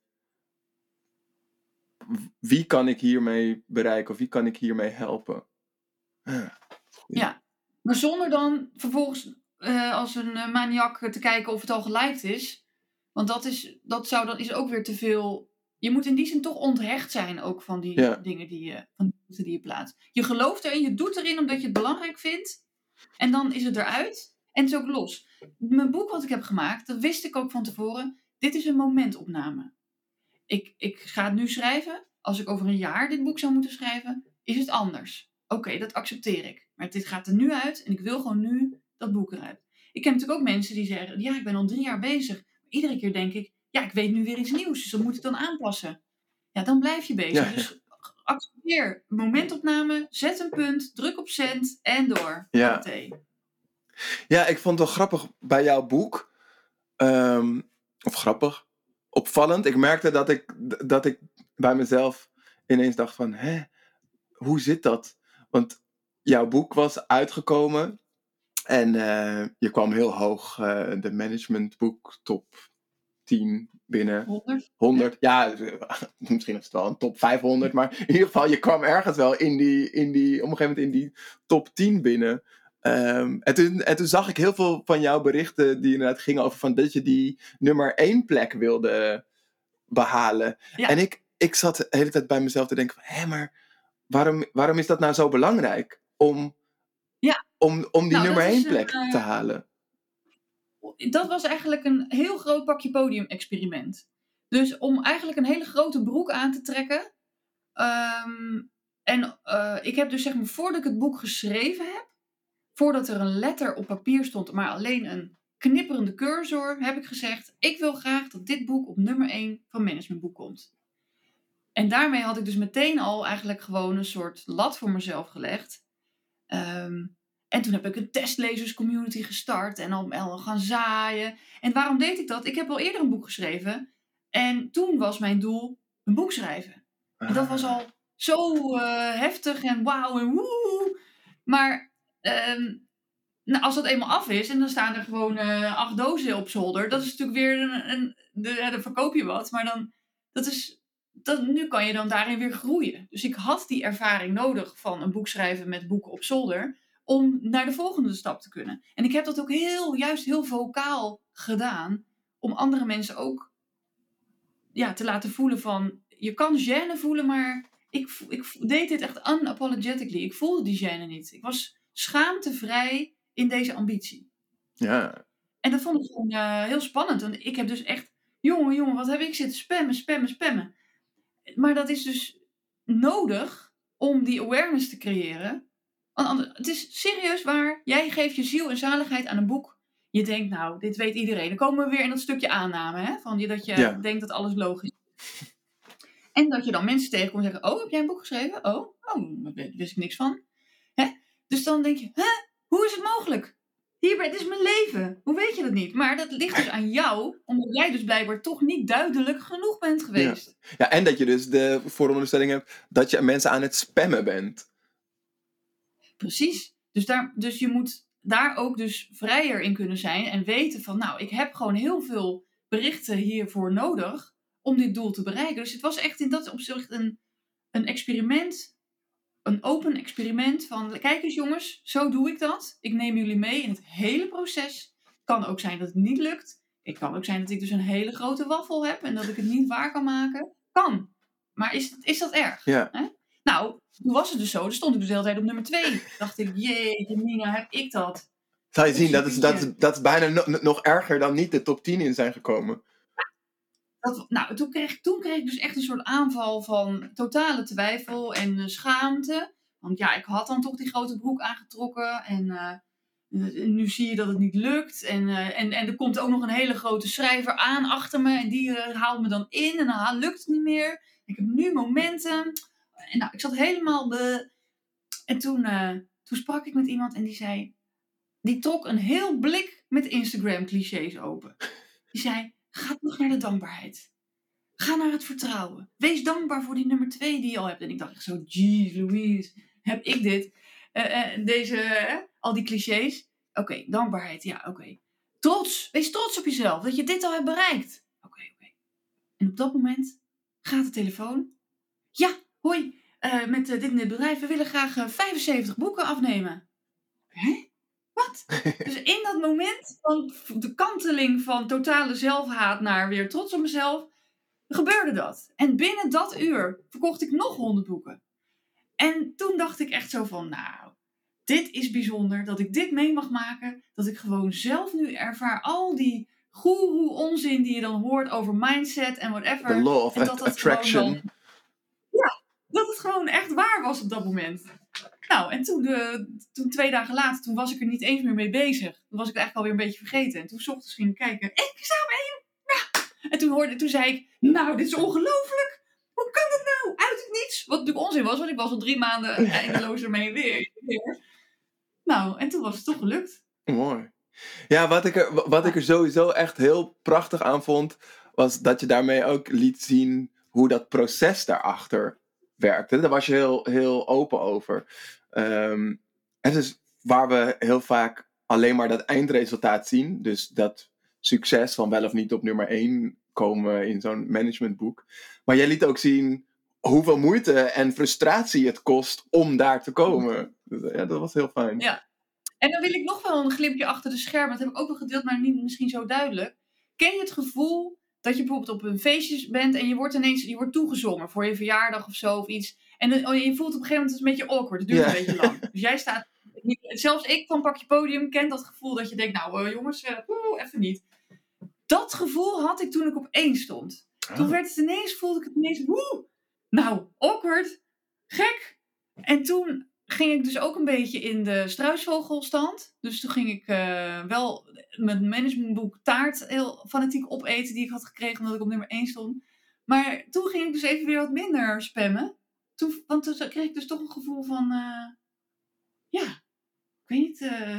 wie kan ik hiermee bereiken of wie kan ik hiermee helpen. Ja, ja, maar zonder dan vervolgens uh, als een uh, maniak te kijken of het al geliked is. Want dat, is, dat zou dan is ook weer te veel. Je moet in die zin toch onthecht zijn ook van die ja. dingen die je, van die, die je plaatst. Je gelooft erin, je doet erin omdat je het belangrijk vindt. En dan is het eruit. En het is ook los. Mijn boek wat ik heb gemaakt, dat wist ik ook van tevoren. Dit is een momentopname. Ik, ik ga het nu schrijven. Als ik over een jaar dit boek zou moeten schrijven, is het anders. Oké, okay, dat accepteer ik. Maar dit gaat er nu uit en ik wil gewoon nu dat boek eruit. Ik ken natuurlijk ook mensen die zeggen, ja, ik ben al drie jaar bezig. Maar iedere keer denk ik, ja, ik weet nu weer iets nieuws. Dus dat moet ik dan aanpassen. Ja, dan blijf je bezig. Ja. Dus accepteer momentopname, zet een punt, druk op send en door. Ja. Ja, ik vond het wel grappig bij jouw boek. Um, of grappig. Opvallend. Ik merkte dat ik, dat ik bij mezelf ineens dacht van, hè, hoe zit dat? Want jouw boek was uitgekomen en uh, je kwam heel hoog uh, de managementboek top tien binnen. honderd? honderd, ja, misschien is het wel een top vijfhonderd, maar in ieder geval, je kwam ergens wel in die, in die, op een gegeven moment in die top tien binnen. Um, en, toen, en toen zag ik heel veel van jouw berichten die inderdaad gingen over van dat je die nummer één plek wilde behalen. Ja. En ik, ik zat de hele tijd bij mezelf te denken van, hé, maar waarom, waarom is dat nou zo belangrijk om, ja. om, om die nou, nummer één plek een, uh, te halen? Dat was eigenlijk een heel groot pakje podium-experiment. Dus om eigenlijk een hele grote broek aan te trekken. Um, en uh, ik heb dus zeg maar, voordat ik het boek geschreven heb, voordat er een letter op papier stond, maar alleen een knipperende cursor, heb ik gezegd, ik wil graag dat dit boek op nummer één van managementboek komt. En daarmee had ik dus meteen al eigenlijk gewoon een soort lat voor mezelf gelegd. Um, en toen heb ik een testlezerscommunity gestart en al, al gaan zaaien. En waarom deed ik dat? Ik heb al eerder een boek geschreven. En toen was mijn doel een boek schrijven. En dat was al zo uh, heftig en wauw en woe. Maar um, nou, als dat eenmaal af is en dan staan er gewoon uh, acht dozen op zolder. Dat is natuurlijk weer een, een de, dan verkoop je wat. Maar dan, dat is, dat, nu kan je dan daarin weer groeien. Dus ik had die ervaring nodig van een boek schrijven met boeken op zolder. Om naar de volgende stap te kunnen. En ik heb dat ook heel, juist heel vocaal gedaan. Om andere mensen ook ja, te laten voelen van, je kan gêne voelen, maar ik, ik deed dit echt unapologetically. Ik voelde die gêne niet. Ik was schaamtevrij in deze ambitie? Ja. En dat vond ik gewoon uh, heel spannend. Want ik heb dus echt, jongen, jongen, wat heb ik zitten spammen, spammen, spammen. Maar dat is dus nodig om die awareness te creëren. Want het is serieus waar, jij geeft je ziel en zaligheid aan een boek. Je denkt, nou, dit weet iedereen. Dan komen we weer in dat stukje aanname, hè? Van je, dat je ja. denkt dat alles logisch is. En dat je dan mensen tegenkomt en zeggen, oh, heb jij een boek geschreven? Oh, oh, daar wist ik niks van. Hè? Dus dan denk je, hè? Hoe is het mogelijk? Hier, het is mijn leven. Hoe weet je dat niet? Maar dat ligt dus aan jou, omdat jij dus blijkbaar toch niet duidelijk genoeg bent geweest. Ja, ja en dat je dus de vooronderstelling hebt dat je mensen aan het spammen bent. Precies. Dus, daar, dus je moet daar ook dus vrijer in kunnen zijn en weten van, nou, ik heb gewoon heel veel berichten hiervoor nodig om dit doel te bereiken. Dus het was echt in dat opzicht een, een experiment. Een open experiment van, kijk eens jongens, zo doe ik dat. Ik neem jullie mee in het hele proces. Het kan ook zijn dat het niet lukt. Het kan ook zijn dat ik dus een hele grote waffel heb en dat ik het niet waar kan maken. Kan. Maar is, is dat erg? Ja. Hè? Nou, toen was het dus zo. Dan stond ik dus de hele tijd op nummer twee. Dacht ik, jeetje Mina, heb ik dat? Zal je zien, dat is, dat is, dat is bijna no, nog erger dan niet de top tien in zijn gekomen. Dat, nou, toen kreeg, toen kreeg ik dus echt een soort aanval van totale twijfel en uh, schaamte. Want ja, ik had dan toch die grote broek aangetrokken. En uh, nu zie je dat het niet lukt. En, uh, en, en er komt ook nog een hele grote schrijver aan achter me. En die uh, haalt me dan in. En dan lukt het niet meer. Ik heb nu momentum. En nou, ik zat helemaal... Be... En toen, uh, toen sprak ik met iemand en die zei... Die trok een heel blik met Instagram clichés open. Die zei... Ga terug naar de dankbaarheid. Ga naar het vertrouwen. Wees dankbaar voor die nummer twee die je al hebt. En ik dacht echt zo, jeez Louise, heb ik dit? Uh, uh, deze, uh, al die clichés. Oké, okay, dankbaarheid, ja, oké. Okay. Trots, wees trots op jezelf dat je dit al hebt bereikt. Oké, okay, oké. Okay. En op dat moment gaat de telefoon. Ja, hoi, uh, met uh, dit in het bedrijf, we willen graag uh, vijfenzeventig boeken afnemen. Hè? Wat? Dus in dat moment van de kanteling van totale zelfhaat naar weer trots op mezelf, gebeurde dat. En binnen dat uur verkocht ik nog honderd boeken. En toen dacht ik echt zo van, nou, dit is bijzonder dat ik dit mee mag maken. Dat ik gewoon zelf nu ervaar al die goeroe onzin die je dan hoort over mindset en whatever. The law of en dat dat attraction. Dan, ja, dat het gewoon echt waar was op dat moment. Nou, en toen, de, toen twee dagen later, toen was ik er niet eens meer mee bezig. Toen was ik het eigenlijk alweer een beetje vergeten. En toen 's ochtends ging ik kijken. Ik sta mee! Ja. En toen, hoorde, toen zei ik, nou, dit is ongelooflijk! Hoe kan dat nou? Uit het niets! Wat natuurlijk onzin was, want ik was al drie maanden eindeloos ermee weer. weer. Nou, en toen was het toch gelukt. Mooi. Ja, wat ik, er, wat ik er sowieso echt heel prachtig aan vond, was dat je daarmee ook liet zien hoe dat proces daarachter werkte. Daar was je heel, heel open over. Um, en dus waar we heel vaak alleen maar dat eindresultaat zien, dus dat succes van wel of niet op nummer één komen in zo'n managementboek. Maar jij liet ook zien hoeveel moeite en frustratie het kost om daar te komen. Dus, ja, dat was heel fijn. Ja. En dan wil ik nog wel een glimpje achter de schermen. Dat heb ik ook wel gedeeld, maar niet misschien zo duidelijk. Ken je het gevoel dat je bijvoorbeeld op een feestje bent en je wordt ineens je wordt toegezongen voor je verjaardag of zo of iets. En dan, oh, je voelt op een gegeven moment het is een beetje awkward. Het duurt ja. een beetje lang. Dus jij staat... Zelfs ik van Pak je Podium ken dat gevoel dat je denkt, nou uh, jongens, uh, oeh, even niet. Dat gevoel had ik toen ik op één stond. Oh. Toen werd het ineens, voelde ik het ineens, woe, nou, awkward, gek. En toen ging ik dus ook een beetje in de struisvogelstand. Dus toen ging ik uh, wel mijn managementboek taart heel fanatiek opeten die ik had gekregen omdat ik op nummer één stond. Maar toen ging ik dus even weer wat minder spammen. Toen, want toen kreeg ik dus toch een gevoel van, uh, ja, ik weet niet, uh,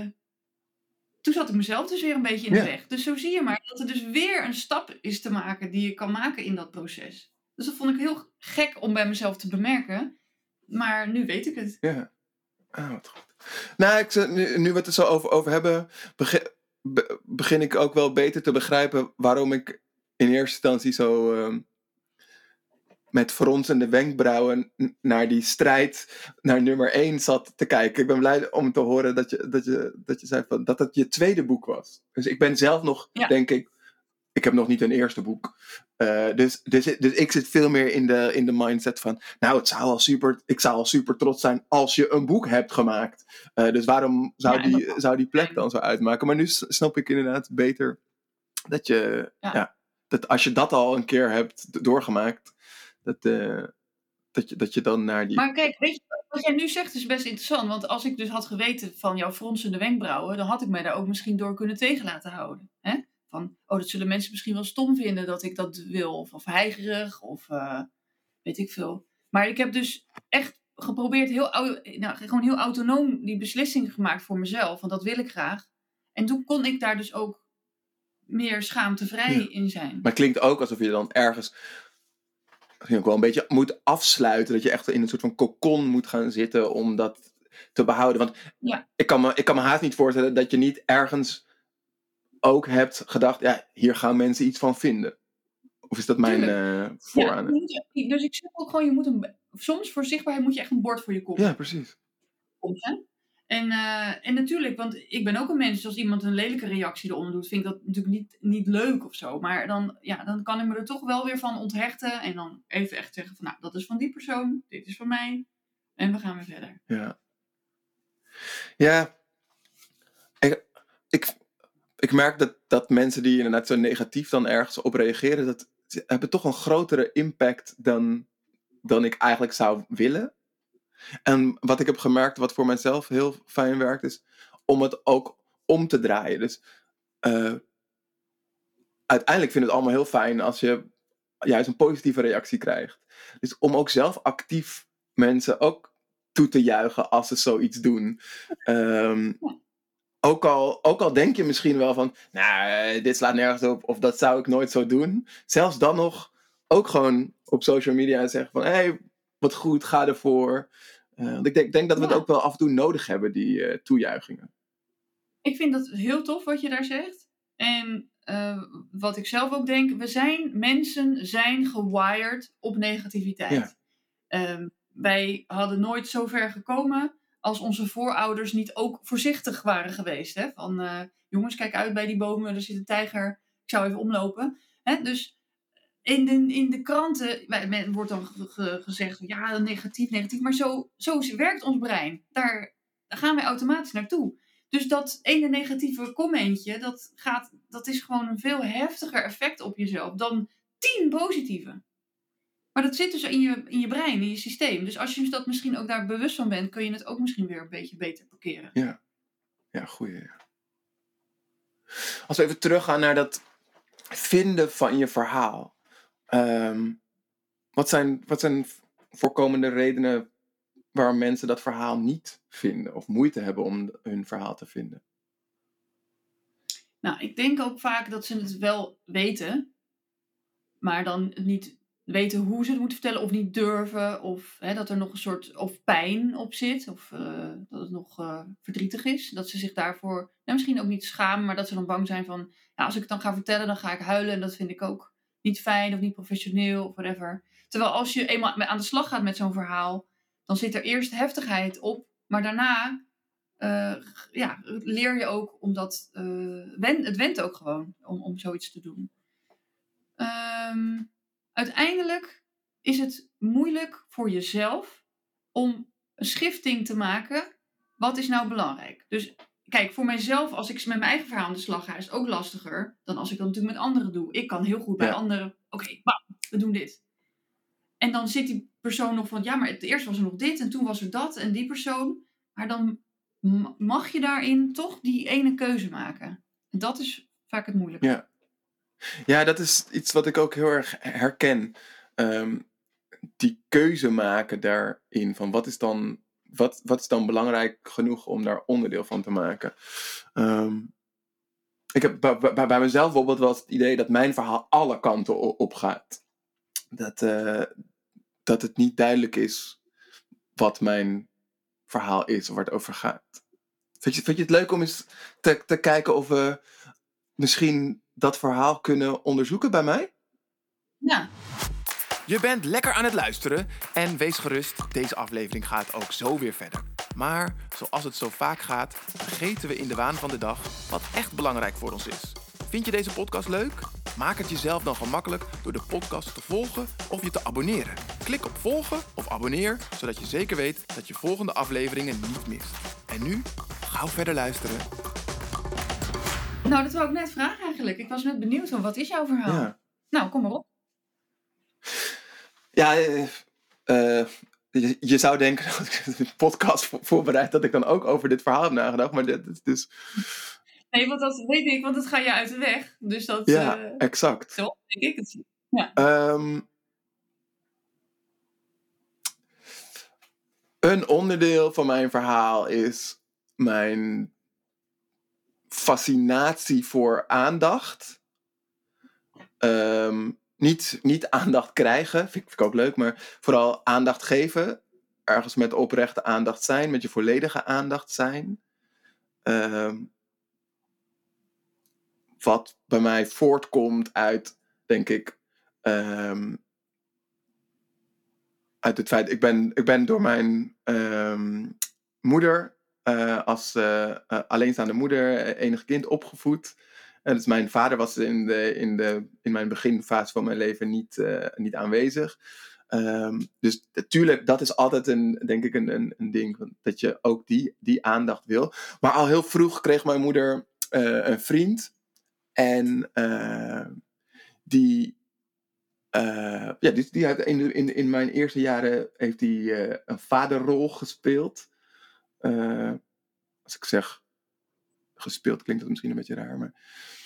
toen zat ik mezelf dus weer een beetje in de ja. weg. Dus zo zie je maar dat er dus weer een stap is te maken die je kan maken in dat proces. Dus dat vond ik heel gek om bij mezelf te bemerken. Maar nu weet ik het. Ja. Ah, wat goed. Nou, ik, nu, nu we het er zo over, over hebben, begin, be, begin ik ook wel beter te begrijpen waarom ik in eerste instantie zo uh, met fronsende wenkbrauwen naar die strijd naar nummer één zat te kijken. Ik ben blij om te horen dat je, dat je, dat je zei van, dat het je tweede boek was. Dus ik ben zelf nog, ja. denk ik, ik heb nog niet een eerste boek. Uh, dus, dus, dus ik zit veel meer in de, in de mindset van, nou, het zou al super, ik zou al super trots zijn als je een boek hebt gemaakt. Uh, dus waarom zou, ja, die, zou die plek dan zo uitmaken? Maar nu snap ik inderdaad beter dat je, ja. Ja, dat als je dat al een keer hebt doorgemaakt, dat, uh, dat, je, dat je dan naar die... Maar kijk, weet je, wat jij nu zegt is best interessant. Want als ik dus had geweten van jouw fronsende wenkbrauwen, dan had ik mij daar ook misschien door kunnen tegen laten houden. Hè? Van, oh, dat zullen mensen misschien wel stom vinden dat ik dat wil. Of, of heigerig, of uh, weet ik veel. Maar ik heb dus echt geprobeerd heel, nou, gewoon heel autonoom die beslissingen gemaakt voor mezelf. Want dat wil ik graag. En toen kon ik daar dus ook meer schaamtevrij ja. in zijn. Maar het klinkt ook alsof je dan ergens misschien ook wel een beetje moet afsluiten. Dat je echt in een soort van cocon moet gaan zitten om dat te behouden. Want ja. ik, kan me, ik kan me haast niet voorstellen dat je niet ergens ook hebt gedacht, ja, hier gaan mensen iets van vinden. Of is dat mijn uh, vooraan? Ja, dus ik zeg ook gewoon, je moet een, soms voor zichtbaarheid moet je echt een bord voor je kop. Ja, precies. Hè? En, uh, en natuurlijk, want ik ben ook een mens, als iemand een lelijke reactie eronder doet, vind ik dat natuurlijk niet, niet leuk of zo. Maar dan, ja, dan kan ik me er toch wel weer van onthechten en dan even echt zeggen van, nou, dat is van die persoon, dit is van mij. En we gaan weer verder. Ja. Ja. Ik, ik, ik merk dat, dat mensen die inderdaad zo negatief dan ergens op reageren, dat hebben toch een grotere impact dan, dan ik eigenlijk zou willen. En wat ik heb gemerkt, wat voor mijzelf heel fijn werkt, is om het ook om te draaien. Dus uh, uiteindelijk vind ik het allemaal heel fijn als je juist een positieve reactie krijgt. Dus om ook zelf actief mensen ook toe te juichen als ze zoiets doen. Um, ook, al, ook al denk je misschien wel van, nou, dit slaat nergens op, of dat zou ik nooit zo doen. Zelfs dan nog ook gewoon op social media zeggen van, hé, hey, wat goed, ga ervoor. Uh, want ik denk, denk dat we ja. het ook wel af en toe nodig hebben, die uh, toejuichingen. Ik vind dat heel tof wat je daar zegt. En uh, wat ik zelf ook denk, we zijn, mensen zijn gewired op negativiteit. Ja. Um, wij hadden nooit zo ver gekomen als onze voorouders niet ook voorzichtig waren geweest. Hè? Van, uh, jongens, kijk uit bij die bomen, er zit een tijger, ik zou even omlopen. Hè? Dus in de, in de kranten wordt dan ge, ge, gezegd, ja, negatief, negatief. Maar zo, zo werkt ons brein. Daar, daar gaan wij automatisch naartoe. Dus dat ene negatieve commentje, dat, gaat, dat is gewoon een veel heftiger effect op jezelf dan tien positieve. Maar dat zit dus in je, in je brein, in je systeem. Dus als je dat misschien ook daar bewust van bent, kun je het ook misschien weer een beetje beter parkeren. Ja, ja, goeie. Ja. Als we even teruggaan naar dat vinden van je verhaal. Um, wat zijn, wat zijn voorkomende redenen waarom mensen dat verhaal niet vinden of moeite hebben om hun verhaal te vinden? Nou, ik denk ook vaak dat ze het wel weten, maar dan niet weten hoe ze het moeten vertellen of niet durven, of hè, dat er nog een soort of pijn op zit, of uh, dat het nog uh, verdrietig is, dat ze zich daarvoor nou, misschien ook niet schamen, maar dat ze dan bang zijn van, ja, als ik het dan ga vertellen, dan ga ik huilen en dat vind ik ook niet fijn of niet professioneel of whatever. Terwijl als je eenmaal aan de slag gaat met zo'n verhaal, dan zit er eerst heftigheid op, maar daarna uh, ja, leer je ook om dat, uh, wen, het went ook gewoon om, om zoiets te doen. Um, uiteindelijk is het moeilijk voor jezelf om een schifting te maken. Wat is nou belangrijk? Dus kijk, voor mijzelf, als ik met mijn eigen verhaal aan de slag ga, is het ook lastiger dan als ik dat natuurlijk met anderen doe. Ik kan heel goed bij ja. anderen, oké, okay, we doen dit. En dan zit die persoon nog van, ja, maar het eerst was er nog dit en toen was er dat en die persoon. Maar dan mag je daarin toch die ene keuze maken. En dat is vaak het moeilijke. Ja. Ja, dat is iets wat ik ook heel erg herken. Um, die keuze maken daarin. Van wat is dan, wat, wat is dan belangrijk genoeg om daar onderdeel van te maken? Um, ik heb bij, bij, bij mezelf bijvoorbeeld wel het idee dat mijn verhaal alle kanten op gaat. Dat, uh, dat het niet duidelijk is wat mijn verhaal is of waar het over gaat. Vind je, vind je het leuk om eens te, te kijken of we misschien dat verhaal kunnen onderzoeken bij mij? Ja. Je bent lekker aan het luisteren en wees gerust, deze aflevering gaat ook zo weer verder. Maar zoals het zo vaak gaat, vergeten we in de waan van de dag wat echt belangrijk voor ons is. Vind je deze podcast leuk? Maak het jezelf dan gemakkelijk door de podcast te volgen of je te abonneren. Klik op volgen of abonneer, zodat je zeker weet dat je volgende afleveringen niet mist. En nu, gauw verder luisteren. Nou, dat wou ik net vragen eigenlijk. Ik was net benieuwd van, wat is jouw verhaal? Ja. Nou, kom maar op. Ja, uh, uh, je, je zou denken dat ik een podcast voor, voorbereid dat ik dan ook over dit verhaal heb nagedacht, maar dit is dus... Nee, want dat weet ik, want dat ga je uit de weg. Dus dat... Ja, uh, exact. Zo denk ik het. Ja. Um, een onderdeel van mijn verhaal is mijn fascinatie voor aandacht. Um, niet, niet aandacht krijgen, vind ik, vind ik ook leuk, maar vooral aandacht geven. Ergens met oprechte aandacht zijn, met je volledige aandacht zijn. Um, wat bij mij voortkomt uit, denk ik, um, uit het feit, ik ben, ik ben door mijn um, moeder uh, als uh, uh, alleenstaande moeder, enig kind opgevoed. En dus mijn vader was in, de, in, de, in mijn beginfase van mijn leven niet, uh, niet aanwezig. Um, dus natuurlijk, dat is altijd een, denk ik een, een, een ding, dat je ook die, die aandacht wil. Maar al heel vroeg kreeg mijn moeder uh, een vriend. En uh, die... Uh, ja, die, die heeft in, in, in mijn eerste jaren heeft hij uh, een vaderrol gespeeld. Uh, als ik zeg gespeeld, klinkt dat misschien een beetje raar. Maar,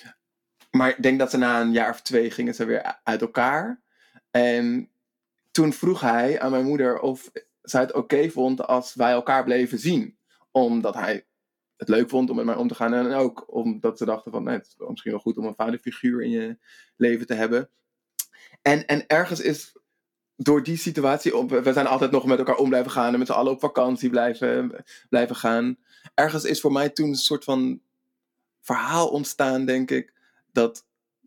maar ik denk dat ze na een jaar of twee gingen ze weer uit elkaar. En toen vroeg hij aan mijn moeder of zij het oké okay vond als wij elkaar bleven zien. Omdat hij het leuk vond om met mij om te gaan. En ook omdat ze dachten van, nee, het is misschien wel goed om een vaderfiguur in je leven te hebben. En, en ergens is door die situatie, we zijn altijd nog met elkaar om blijven gaan en met z'n allen op vakantie blijven, blijven gaan. Ergens is voor mij toen een soort van verhaal ontstaan, denk ik, dat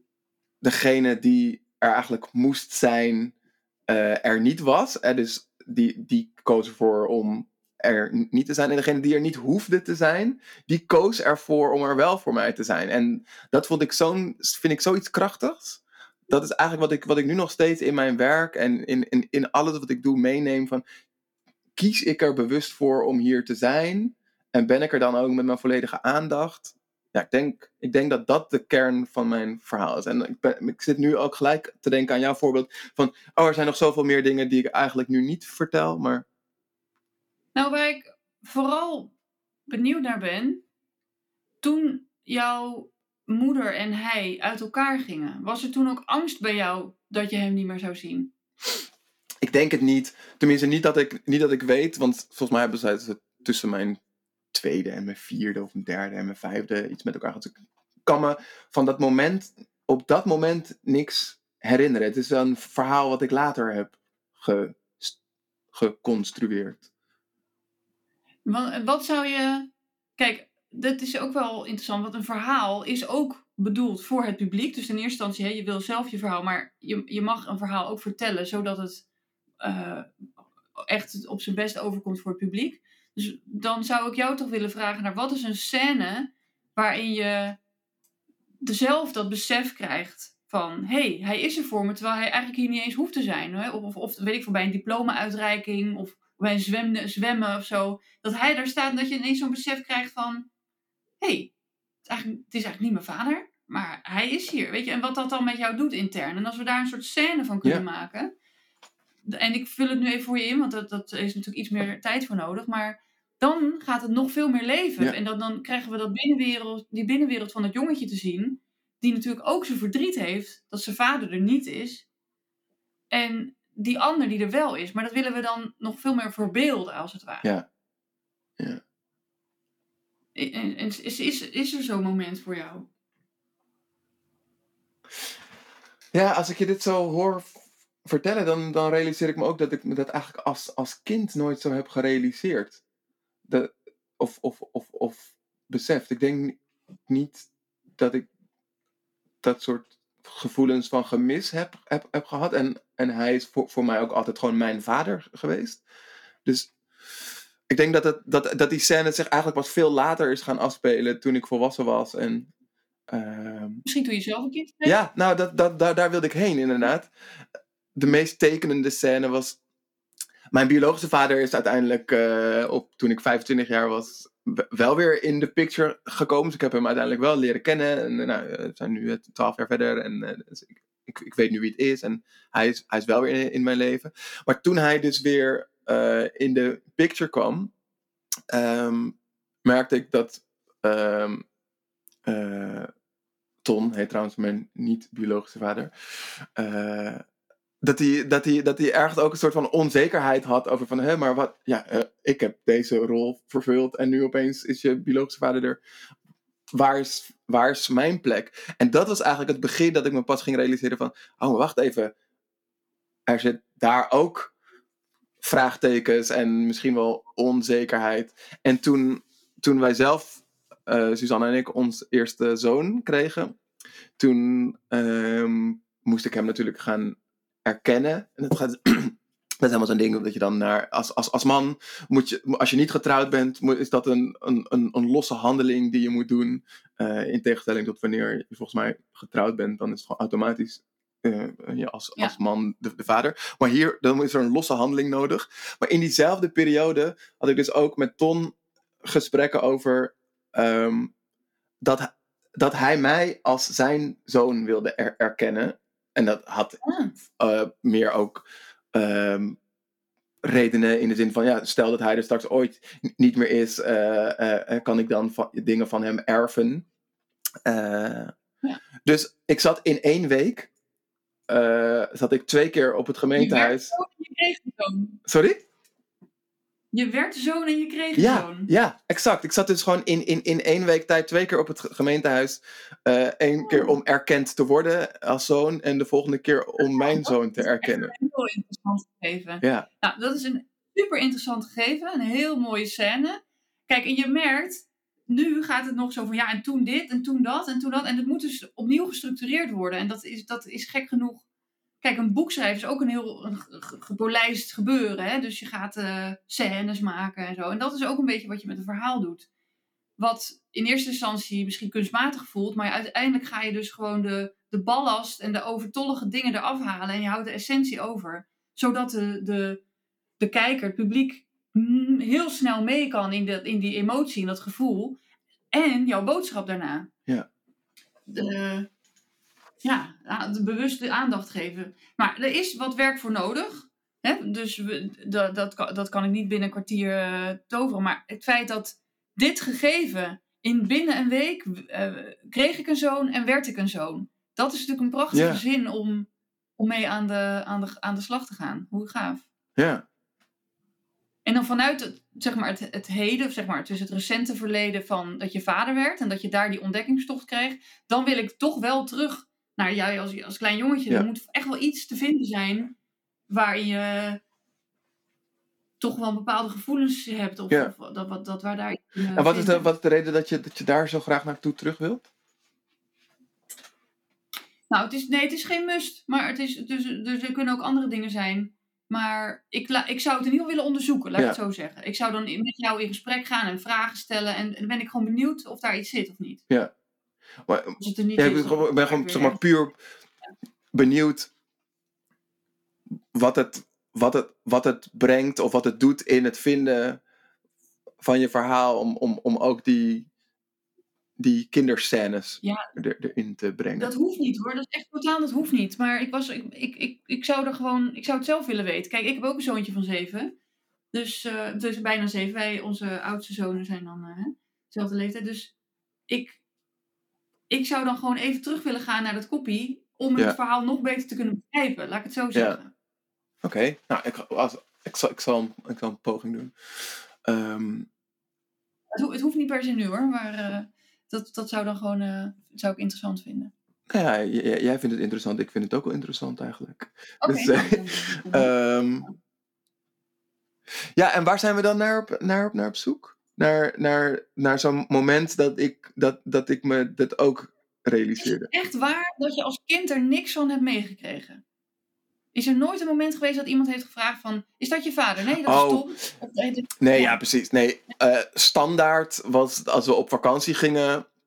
degene die er eigenlijk moest zijn, uh, er niet was. En dus die, die koos ervoor om er niet te zijn. En degene die er niet hoefde te zijn, die koos ervoor om er wel voor mij te zijn. En dat vond ik zo'n, vind ik zoiets krachtigs. Dat is eigenlijk wat ik, wat ik nu nog steeds in mijn werk en in, in, in alles wat ik doe meeneem. Van, kies ik er bewust voor om hier te zijn? En ben ik er dan ook met mijn volledige aandacht? Ja, ik denk, ik denk dat dat de kern van mijn verhaal is. En ik, ben, ik zit nu ook gelijk te denken aan jouw voorbeeld. Van, oh, er zijn nog zoveel meer dingen die ik eigenlijk nu niet vertel. Maar... Nou, waar ik vooral benieuwd naar ben. Toen jouw moeder en hij uit elkaar gingen, was er toen ook angst bij jou dat je hem niet meer zou zien? Ik denk het niet. Tenminste, niet dat ik, niet dat ik weet. Want volgens mij hebben zij het tussen mijn tweede en mijn vierde of mijn derde en mijn vijfde iets met elkaar gehad. Ik kan me van dat moment, op dat moment niks herinneren. Het is een verhaal wat ik later heb ge, geconstrueerd. Wat, wat zou je... Kijk, dat is ook wel interessant, want een verhaal is ook bedoeld voor het publiek. Dus in eerste instantie, hè, je wil zelf je verhaal, maar je, je mag een verhaal ook vertellen, zodat het uh, echt op zijn best overkomt voor het publiek. Dus dan zou ik jou toch willen vragen naar, wat is een scène waarin je zelf dat besef krijgt van, hé, hey, hij is er voor me, terwijl hij eigenlijk hier niet eens hoeft te zijn. Hè? Of, of, of weet ik veel, bij een diploma-uitreiking, of bij een zwemmen, zwemmen of zo. Dat hij daar staat en dat je ineens zo'n besef krijgt van, hé, hey, het, het is eigenlijk niet mijn vader, maar hij is hier. Weet je, en wat dat dan met jou doet intern. En als we daar een soort scène van kunnen ja. maken. En ik vul het nu even voor je in, want dat, dat is natuurlijk iets meer tijd voor nodig. Maar dan gaat het nog veel meer leven. Ja. En dan, dan krijgen we dat binnenwereld, die binnenwereld van dat jongetje te zien. Die natuurlijk ook zijn verdriet heeft dat zijn vader er niet is. En die ander die er wel is. Maar dat willen we dan nog veel meer verbeelden, als het ware. Ja. Ja. En, en is, is, is er zo'n moment voor jou? Ja, als ik je dit zo hoor vertellen, dan, dan realiseer ik me ook dat ik me dat eigenlijk als, als kind nooit zo heb gerealiseerd. De, of, of, of, of beseft. Ik denk niet dat ik dat soort gevoelens van gemis heb, heb, heb gehad. En, en hij is voor, voor mij ook altijd gewoon mijn vader geweest. Dus ik denk dat, het, dat, dat die scène zich eigenlijk pas veel later is gaan afspelen toen ik volwassen was. En Uh, Misschien toen je zelf een kind kreeg? Ja, nou, dat, dat, daar, daar wilde ik heen inderdaad. De meest tekenende scène was... Mijn biologische vader is uiteindelijk, uh, op, toen ik vijfentwintig jaar was, wel weer in de picture gekomen. Dus ik heb hem uiteindelijk wel leren kennen. En nou, we zijn nu twaalf jaar verder en uh, dus ik, ik, ik weet nu wie het is. En hij is, hij is wel weer in, in mijn leven. Maar toen hij dus weer uh, in de picture kwam, um, merkte ik dat... Um, uh, Ton, heet trouwens mijn niet-biologische vader... Uh, Dat hij, dat, hij, dat hij ergens ook een soort van onzekerheid had over van, hé, maar wat, ja, uh, ik heb deze rol vervuld en nu opeens is je biologische vader er. Waar is, waar is mijn plek? En dat was eigenlijk het begin dat ik me pas ging realiseren van, oh, maar wacht even. Er zit daar ook vraagtekens en misschien wel onzekerheid. En toen, toen wij zelf, uh, Suzanne en ik, ons eerste zoon kregen, toen um, moest ik hem natuurlijk gaan erkennen. En dat, gaat, dat is helemaal zo'n ding dat je dan naar... Als, als, als man, moet je, als je niet getrouwd bent, moet, is dat een, een, een, een losse handeling die je moet doen. Uh, in tegenstelling tot wanneer je volgens mij getrouwd bent, dan is het gewoon automatisch uh, ja, als, ja. als man de, de vader. Maar hier, dan is er een losse handeling nodig. Maar in diezelfde periode had ik dus ook met Ton gesprekken over um, dat, dat hij mij als zijn zoon wilde er, erkennen. En dat had uh, meer ook um, redenen in de zin van, ja, stel dat hij er straks ooit n- niet meer is, uh, uh, kan ik dan va- dingen van hem erven. Uh, ja. Dus ik zat in één week, uh, zat ik twee keer op het gemeentehuis. Je werd zoon en je kreeg een zoon. Sorry? Je werd zoon en je kreeg een ja, zoon. Ja, exact. Ik zat dus gewoon in, in, in één week tijd twee keer op het gemeentehuis. Uh, Eén oh. keer om erkend te worden als zoon. En de volgende keer om mijn ja, zoon te erkennen. Dat is een heel interessant gegeven. Ja. Nou, dat is een super interessant gegeven. Een heel mooie scène. Kijk, en je merkt, nu gaat het nog zo van, ja, en toen dit, en toen dat, en toen dat. En het moet dus opnieuw gestructureerd worden. En dat is, dat is gek genoeg. Kijk, een boek schrijven is ook een heel een gepolijst gebeuren. Hè? Dus je gaat uh, scènes maken en zo. En dat is ook een beetje wat je met een verhaal doet. Wat in eerste instantie misschien kunstmatig voelt. Maar uiteindelijk ga je dus gewoon de, de ballast en de overtollige dingen eraf halen. En je houdt de essentie over. Zodat de, de, de kijker, het publiek, mm, heel snel mee kan in, de, in die emotie, in dat gevoel. En jouw boodschap daarna. Ja. De... Ja, de bewuste aandacht geven. Maar er is wat werk voor nodig. Hè? Dus we, dat, dat, dat kan ik niet binnen een kwartier uh, toveren. Maar het feit dat dit gegeven in binnen een week uh, kreeg ik een zoon en werd ik een zoon. Dat is natuurlijk een prachtige yeah. zin om, om mee aan de, aan, de, aan de slag te gaan. Hoe gaaf. Ja. Yeah. En dan vanuit het, zeg maar, het, het heden, of zeg maar, dus het recente verleden van dat je vader werd en dat je daar die ontdekkingstocht kreeg, dan wil ik toch wel terug naar jij als, als klein jongetje. Ja. Er moet echt wel iets te vinden zijn waarin je toch wel bepaalde gevoelens hebt. Of, ja. of dat, wat, dat waar daar. Uh, en wat is, de, wat is de reden dat je, dat je daar zo graag naartoe terug wilt? Nou, het is, nee, het is geen must. Maar het is, dus, dus er kunnen ook andere dingen zijn. Maar ik, ik zou het in ieder geval willen onderzoeken, laat ik ja. het zo zeggen. Ik zou dan met jou in gesprek gaan en vragen stellen. En dan ben ik gewoon benieuwd of daar iets zit of niet. Ja. Maar, Als het er niet ja, is, ik ben, ben gewoon zeg maar, puur benieuwd wat het, wat, het, wat het brengt of wat het doet in het vinden van je verhaal. Om, om, om ook die, die kinderscènes ja, er, erin te brengen. Dat hoeft niet hoor, dat is echt totaal, dat hoeft niet. Maar ik, was, ik, ik, ik, ik zou er gewoon, ik zou het zelf willen weten. Kijk, ik heb ook een zoontje van zeven. Dus, uh, dus bijna zeven. Wij, onze oudste zonen zijn dan uh, dezelfde leeftijd. Dus ik... Ik zou dan gewoon even terug willen gaan naar dat koppie om ja. het verhaal nog beter te kunnen begrijpen. Laat ik het zo zeggen. Ja. Oké, okay. nou, ik, als, ik, zal, ik, zal, ik zal een poging doen. Um... Het, ho- het hoeft niet per se nu hoor, maar uh, dat, dat zou dan gewoon uh, zou ik interessant vinden. Ja, j- j- jij vindt het interessant, ik vind het ook wel interessant eigenlijk. Oké. Okay. Dus, uh, um... Ja, en waar zijn we dan naar op, naar op, naar op zoek? Naar, naar, naar zo'n moment dat ik, dat, dat ik me dat ook realiseerde. Is het echt waar dat je als kind er niks van hebt meegekregen? Is er nooit een moment geweest dat iemand heeft gevraagd van... Is dat je vader? Nee, dat oh, is Tom. Of, nee, ja, precies. Nee, uh, standaard was als we op vakantie gingen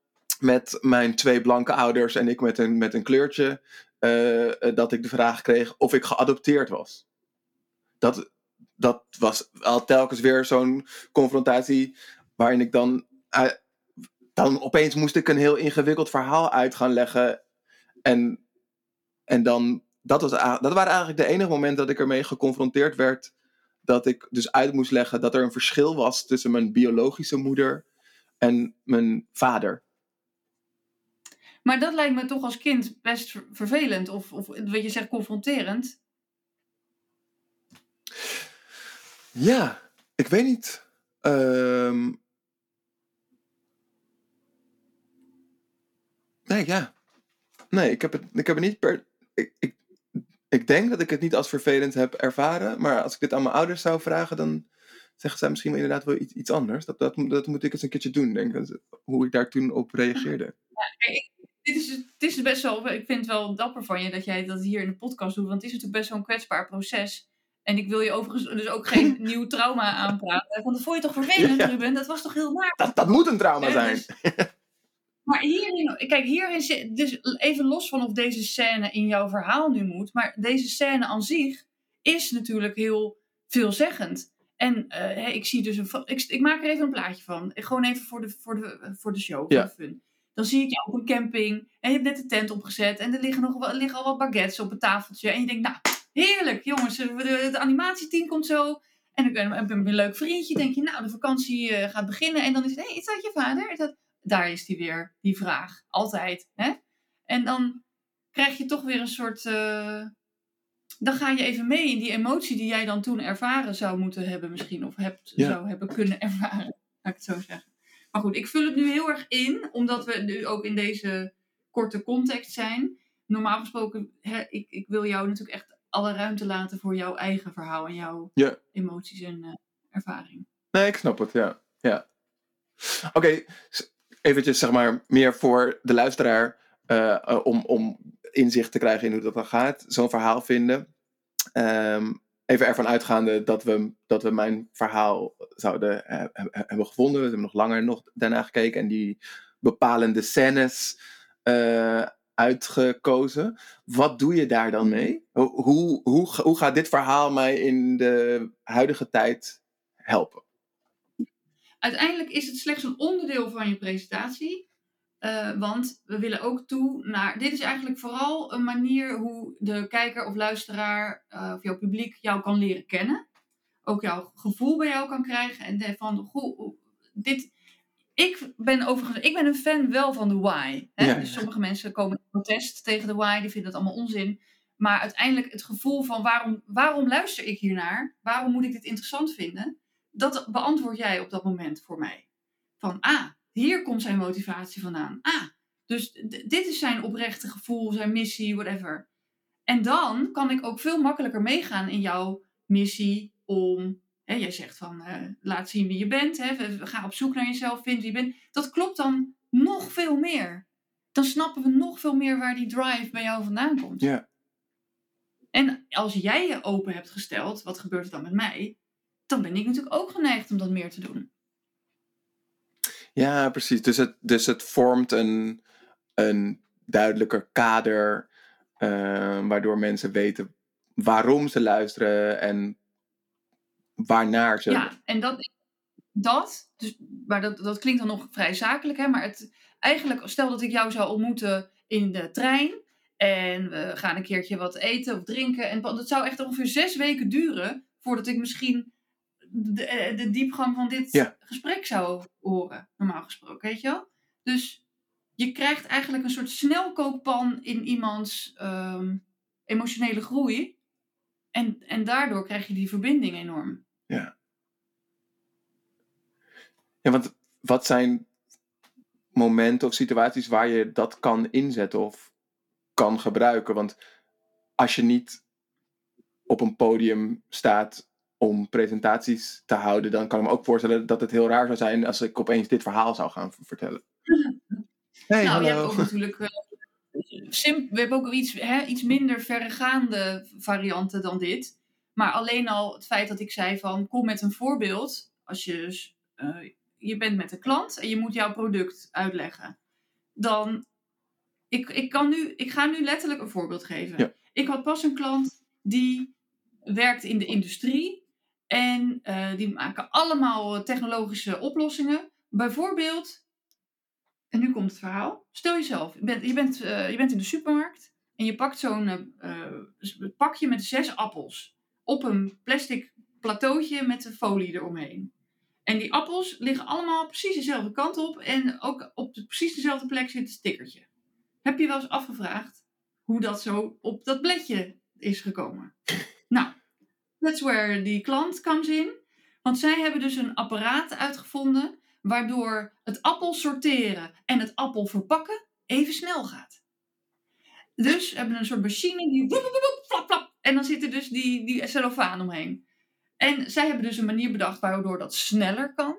met mijn twee blanke ouders en ik met een, met een kleurtje, uh, dat ik de vraag kreeg of ik geadopteerd was. Dat, dat was al telkens weer zo'n confrontatie waarin ik dan, uh, dan opeens moest ik een heel ingewikkeld verhaal uit gaan leggen. En, en dan, dat, was, dat waren eigenlijk de enige momenten dat ik ermee geconfronteerd werd, dat ik dus uit moest leggen dat er een verschil was tussen mijn biologische moeder en mijn vader. Maar dat lijkt me toch als kind best vervelend. Of, of wat je zegt, confronterend. Ja, ik weet niet. Um... Nee, ja. Nee, ik heb het, ik heb het niet per... Ik, ik, ik denk dat ik het niet als vervelend heb ervaren. Maar als ik dit aan mijn ouders zou vragen, dan zeggen zij misschien inderdaad wel iets, iets anders. Dat, dat, dat moet ik eens een keertje doen, denk ik. Hoe ik daar toen op reageerde. Ja, ik, dit is, het is best wel... Ik vind het wel dapper van je dat jij dat hier in de podcast doet. Want het is natuurlijk best wel een kwetsbaar proces. En ik wil je overigens dus ook geen nieuw trauma aanpraten. Want dat vond je toch vervelend, ja. Ruben? Dat was toch heel naar? Dat, dat moet een trauma ja, zijn. Dus, maar hierin... Kijk, hierin zit... Dus even los van of deze scène in jouw verhaal nu moet. Maar deze scène aan zich is natuurlijk heel veelzeggend. En uh, ik zie dus een... Ik, ik maak er even een plaatje van. Gewoon even voor de, voor de, voor de show, ja. voor de fun. Dan zie ik je op een camping. En je hebt net de tent opgezet. En er liggen, nog, er liggen al wat baguettes op het tafeltje. En je denkt, nou... Heerlijk, jongens. Het animatieteam komt zo. En ik heb een leuk vriendje. Denk je, nou, de vakantie uh, gaat beginnen. En dan is het, hé, hey, is dat je vader? Is dat... Daar is die weer, die vraag. Altijd, hè? En dan krijg je toch weer een soort... Uh... Dan ga je even mee in die emotie die jij dan toen ervaren zou moeten hebben misschien. Of hebt, ja. zou hebben kunnen ervaren. Laat ik het zo zeggen. Maar goed, ik vul het nu heel erg in. Omdat we nu ook in deze korte context zijn. Normaal gesproken, hè, ik, ik wil jou natuurlijk echt alle ruimte laten voor jouw eigen verhaal en jouw ja. emoties en uh, ervaring. Nee, ik snap het, ja. ja. Oké, okay, eventjes zeg maar meer voor de luisteraar uh, uh, om, om inzicht te krijgen in hoe dat dan gaat. Zo'n verhaal vinden. Um, even ervan uitgaande dat we, dat we mijn verhaal zouden uh, hebben gevonden. We hebben nog langer nog daarna gekeken en die bepalende scènes uh, uitgekozen. Wat doe je daar dan mee? Hoe, hoe, hoe, hoe gaat dit verhaal mij in de huidige tijd helpen? Uiteindelijk is het slechts een onderdeel van je presentatie. Uh, want we willen ook toe naar... Dit is eigenlijk vooral een manier hoe de kijker of luisteraar uh, of jouw publiek jou kan leren kennen. Ook jouw gevoel bij jou kan krijgen. En de, van, goh, dit... Ik ben overigens... Ik ben een fan wel van de why. Hè? Ja. Dus sommige mensen komen in protest tegen de why. Die vinden dat allemaal onzin. Maar uiteindelijk het gevoel van waarom, waarom luister ik hiernaar? Waarom moet ik dit interessant vinden? Dat beantwoord jij op dat moment voor mij. Van, ah, hier komt zijn motivatie vandaan. Ah, dus d- dit is zijn oprechte gevoel, zijn missie, whatever. En dan kan ik ook veel makkelijker meegaan in jouw missie om... Hè, jij zegt van, uh, laat zien wie je bent. Hè, we gaan op zoek naar jezelf, vind wie je bent. Dat klopt dan nog veel meer. Dan snappen we nog veel meer waar die drive bij jou vandaan komt. Ja. En als jij je open hebt gesteld, wat gebeurt er dan met mij? Dan ben ik natuurlijk ook geneigd om dat meer te doen. Ja, precies. Dus het, dus het vormt een, een duidelijker kader, uh, waardoor mensen weten waarom ze luisteren en waarnaar ze... Ja, en dat, dat, dus, maar dat, dat klinkt dan nog vrij zakelijk, hè, maar het, eigenlijk, stel dat ik jou zou ontmoeten in de trein en we gaan een keertje wat eten of drinken en dat zou echt ongeveer zes weken duren voordat ik misschien de, de diepgang van dit ja. gesprek zou horen, normaal gesproken, weet je wel? Dus je krijgt eigenlijk een soort snelkookpan in iemands um, emotionele groei en, en daardoor krijg je die verbinding enorm. Ja. Ja, want wat zijn momenten of situaties waar je dat kan inzetten of kan gebruiken? Want als je niet op een podium staat om presentaties te houden, dan kan ik me ook voorstellen dat het heel raar zou zijn als ik opeens dit verhaal zou gaan vertellen. Hey, nou, hallo. Je hebt ook natuurlijk... Uh, sim- we hebben ook iets, hè, iets minder verregaande varianten dan dit. Maar alleen al het feit dat ik zei van, kom met een voorbeeld. Als je dus... Uh, je bent met een klant en je moet jouw product uitleggen. dan... Ik, ik, kan nu, ik ga nu letterlijk een voorbeeld geven. Ja. Ik had pas een klant die werkt in de industrie. En uh, die maken allemaal technologische oplossingen. Bijvoorbeeld, en nu komt het verhaal. Stel jezelf, je bent, je bent, uh, je bent in de supermarkt. En je pakt zo'n uh, pakje met zes appels. Op een plastic plateautje met de folie eromheen. En die appels liggen allemaal precies dezelfde kant op. En ook op de, precies dezelfde plek zit een stickertje. Heb je wel eens afgevraagd hoe dat zo op dat bledje is gekomen? Nou, that's where die klant comes in. Want zij hebben dus een apparaat uitgevonden waardoor het appel sorteren en het appel verpakken even snel gaat. Dus we hebben een soort machine die woep, woep, woep, flap, flap, en dan zit er dus die, die cellofaan omheen. En zij hebben dus een manier bedacht waardoor dat sneller kan.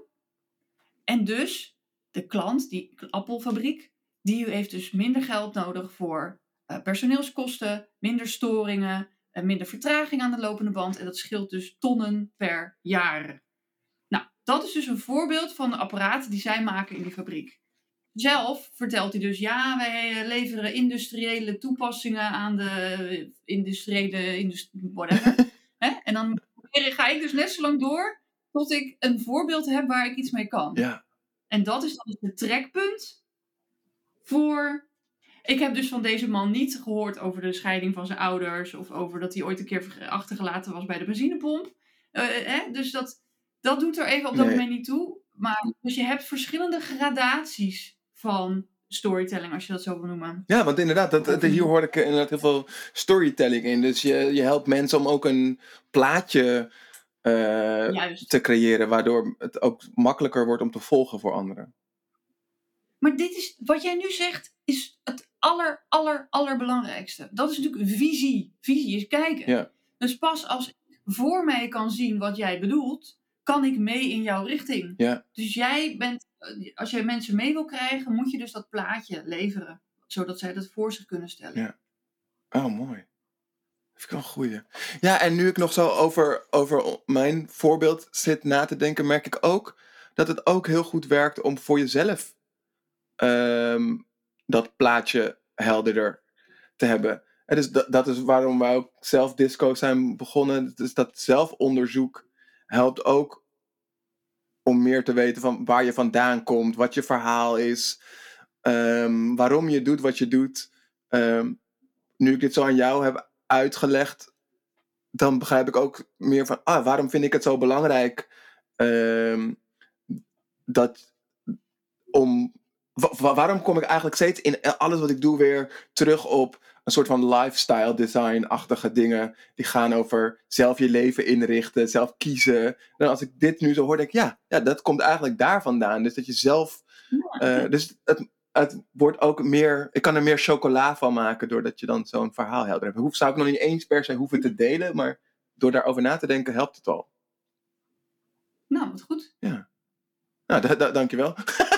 En dus de klant, die appelfabriek, die heeft dus minder geld nodig voor uh, personeelskosten, minder storingen, uh, minder vertraging aan de lopende band. En dat scheelt dus tonnen per jaar. Nou, dat is dus een voorbeeld van de apparaten die zij maken in die fabriek. Zelf vertelt hij dus, ja, wij leveren industriële toepassingen aan de industriële, indust- whatever. Hè? En dan ga ik dus net zo lang door tot ik een voorbeeld heb waar ik iets mee kan. Ja. En dat is dan het trekpunt voor... Ik heb dus van deze man niet gehoord over de scheiding van zijn ouders. Of over dat hij ooit een keer achtergelaten was bij de benzinepomp. Uh, hè? Dus dat, dat doet er even op dat Nee. moment niet toe. Maar dus je hebt verschillende gradaties van storytelling, als je dat zo wil noemen. Ja, want inderdaad, dat, dat, hier hoor ik inderdaad heel veel storytelling in. Dus je, je helpt mensen om ook een plaatje uh, te creëren, waardoor het ook makkelijker wordt om te volgen voor anderen. Maar dit is, wat jij nu zegt, is het aller, aller, allerbelangrijkste. Dat is natuurlijk visie. Visie is kijken. Ja. Dus pas als ik voor mij kan zien wat jij bedoelt, kan ik mee in jouw richting. Ja. Dus jij bent, als jij mensen mee wil krijgen, moet je dus dat plaatje leveren. Zodat zij dat voor zich kunnen stellen. Ja. Oh, mooi. Dat vind ik wel een goeie. Ja, en nu ik nog zo over, over mijn voorbeeld zit na te denken, merk ik ook dat het ook heel goed werkt om voor jezelf um, dat plaatje helderder te hebben. En dus dat, dat is waarom wij ook zelf Disco zijn begonnen. Dus dat zelfonderzoek helpt ook om meer te weten van waar je vandaan komt, wat je verhaal is, um, waarom je doet wat je doet. Um, nu ik dit zo aan jou heb uitgelegd, dan begrijp ik ook meer van, ah, waarom vind ik het zo belangrijk um, dat om, wa- waarom kom ik eigenlijk steeds in alles wat ik doe weer terug op een soort van lifestyle design-achtige dingen die gaan over zelf je leven inrichten, zelf kiezen. En als ik dit nu zo hoor, denk ik, ja, ja, dat komt eigenlijk daar vandaan. Dus dat je zelf, uh, dus het, het wordt ook meer, ik kan er meer chocola van maken doordat je dan zo'n verhaal helder hebt. Hoef, zou ik nog niet eens per se hoeven te delen, maar door daarover na te denken helpt het al. Nou, wat goed. Ja. Nou, da- da- dankjewel.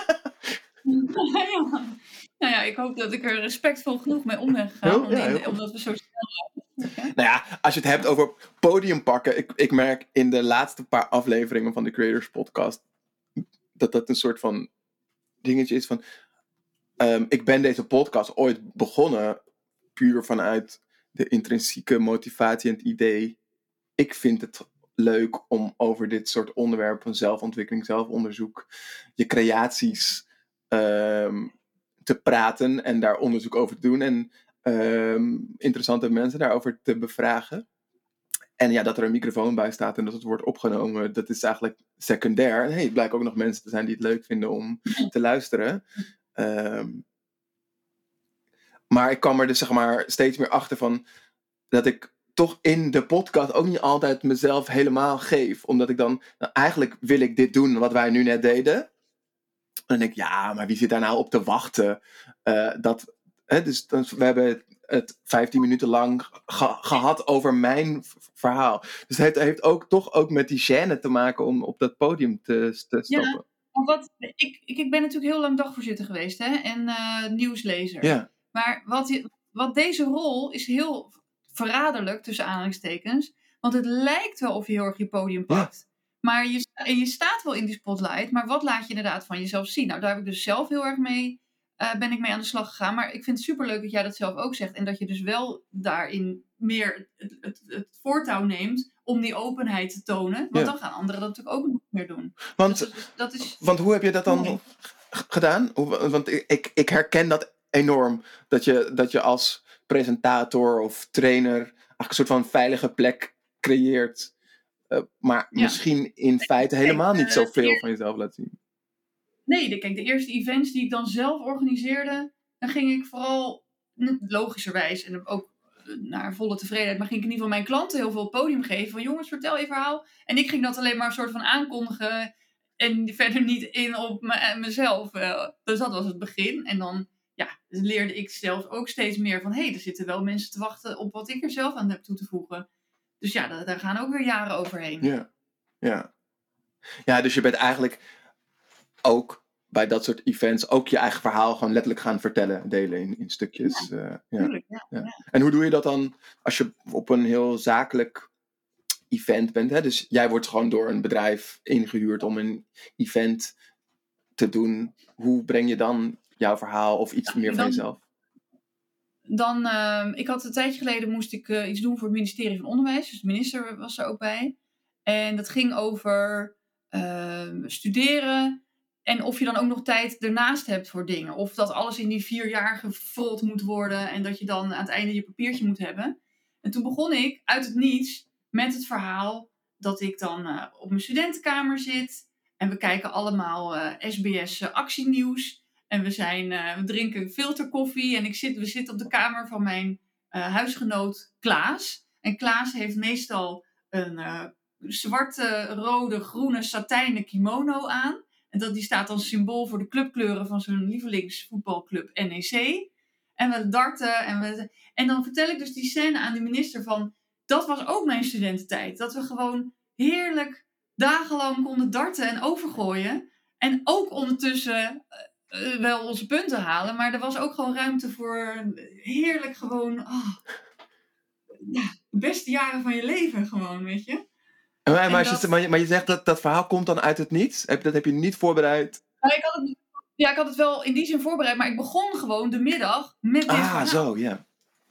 Ja. Nou ja, ik hoop dat ik er respectvol genoeg mee om ben gegaan. Heel, ja, in, heel omdat we zo snel... Nou ja, als je het hebt over podium pakken. Ik, ik merk in de laatste paar afleveringen van de Creators Podcast dat dat een soort van dingetje is van... Um, ik ben deze podcast ooit begonnen puur vanuit de intrinsieke motivatie en het idee. Ik vind het leuk om over dit soort onderwerpen van zelfontwikkeling, zelfonderzoek, je creaties um, te praten en daar onderzoek over te doen en um, interessante mensen daarover te bevragen. En ja, dat er een microfoon bij staat en dat het wordt opgenomen, dat is eigenlijk secundair. En hey, het blijken ook nog mensen te zijn die het leuk vinden om te luisteren. Um, maar ik kwam er dus zeg maar steeds meer achter van dat ik toch in de podcast ook niet altijd mezelf helemaal geef. Omdat ik dan, nou, eigenlijk wil ik dit doen wat wij nu net deden. En dan denk ik, ja, maar wie zit daar nou op te wachten? Uh, dat, hè, dus dan, we hebben het vijftien minuten lang ge- gehad over mijn v- verhaal. Dus het heeft, heeft ook toch ook met die gêne te maken om op dat podium te, te stappen. Ja, maar wat, ik, ik, ik ben natuurlijk heel lang dagvoorzitter geweest, hè? En uh, nieuwslezer. Ja. Maar wat, wat deze rol is heel verraderlijk, tussen aanhalingstekens. Want het lijkt wel of je heel erg je podium pakt. Ja. Maar je, je staat wel in die spotlight. Maar wat laat je inderdaad van jezelf zien? Nou, daar heb ik dus zelf heel erg mee uh, ben ik mee aan de slag gegaan. Maar ik vind het superleuk dat jij dat zelf ook zegt. En dat je dus wel daarin meer het, het, het voortouw neemt om die openheid te tonen. Want ja. dan gaan anderen dat natuurlijk ook nog meer doen. Want, dus dat, dat is, want hoe heb je dat dan mooi. gedaan? Want ik, ik herken dat enorm. Dat je, dat je als presentator of trainer eigenlijk een soort van veilige plek creëert. Uh, maar ja. misschien in feite helemaal niet zoveel van jezelf laat zien. Nee, de, kijk, de eerste events die ik dan zelf organiseerde, dan ging ik vooral, logischerwijs, en ook naar volle tevredenheid, maar ging ik in ieder geval mijn klanten heel veel podium geven. Van jongens, vertel je verhaal. En ik ging dat alleen maar een soort van aankondigen en verder niet in op me, mezelf. Dus dat was het begin. En dan ja, leerde ik zelf ook steeds meer van, hé, hey, er zitten wel mensen te wachten op wat ik er zelf aan heb toe te voegen. Dus ja, daar, daar gaan ook weer jaren overheen. Ja, ja. Ja, dus je bent eigenlijk ook bij dat soort events ook je eigen verhaal gewoon letterlijk gaan vertellen, delen in, in stukjes. Ja, uh, ja. tuurlijk, ja, ja. ja. En hoe doe je dat dan als je op een heel zakelijk event bent? Hè? Dus jij wordt gewoon door een bedrijf ingehuurd om een event te doen. Hoe breng je dan jouw verhaal of iets ja, meer van dan, jezelf? Dan, uh, ik had een tijdje geleden moest ik uh, iets doen voor het ministerie van Onderwijs. Dus de minister was er ook bij. En dat ging over uh, studeren. En of je dan ook nog tijd ernaast hebt voor dingen. Of dat alles in die vier jaar gevrold moet worden. En dat je dan aan het einde je papiertje moet hebben. En toen begon ik uit het niets met het verhaal dat ik dan uh, op mijn studentenkamer zit. En we kijken allemaal uh, S B S uh, actienieuws. En we, zijn, uh, we drinken filterkoffie. En ik zit, we zitten op de kamer van mijn uh, huisgenoot Klaas. En Klaas heeft meestal een uh, zwarte, rode, groene satijnen kimono aan. En dat, die staat als symbool voor de clubkleuren van zijn lievelingsvoetbalclub N E C. En we darten. En, we, en dan vertel ik dus die scène aan de minister van... Dat was ook mijn studententijd. Dat we gewoon heerlijk dagenlang konden darten en overgooien. En ook ondertussen uh, wel onze punten halen. Maar er was ook gewoon ruimte voor heerlijk gewoon... Oh, ja, de beste jaren van je leven gewoon, weet je. Maar, maar, dat, je, maar, je, maar je zegt dat dat verhaal komt dan uit het niets? Heb, dat heb je niet voorbereid? Nou, ik had het, ja, ik had het wel in die zin voorbereid. Maar ik begon gewoon de middag met dit ah, verhaal. Ah, zo, ja. Yeah.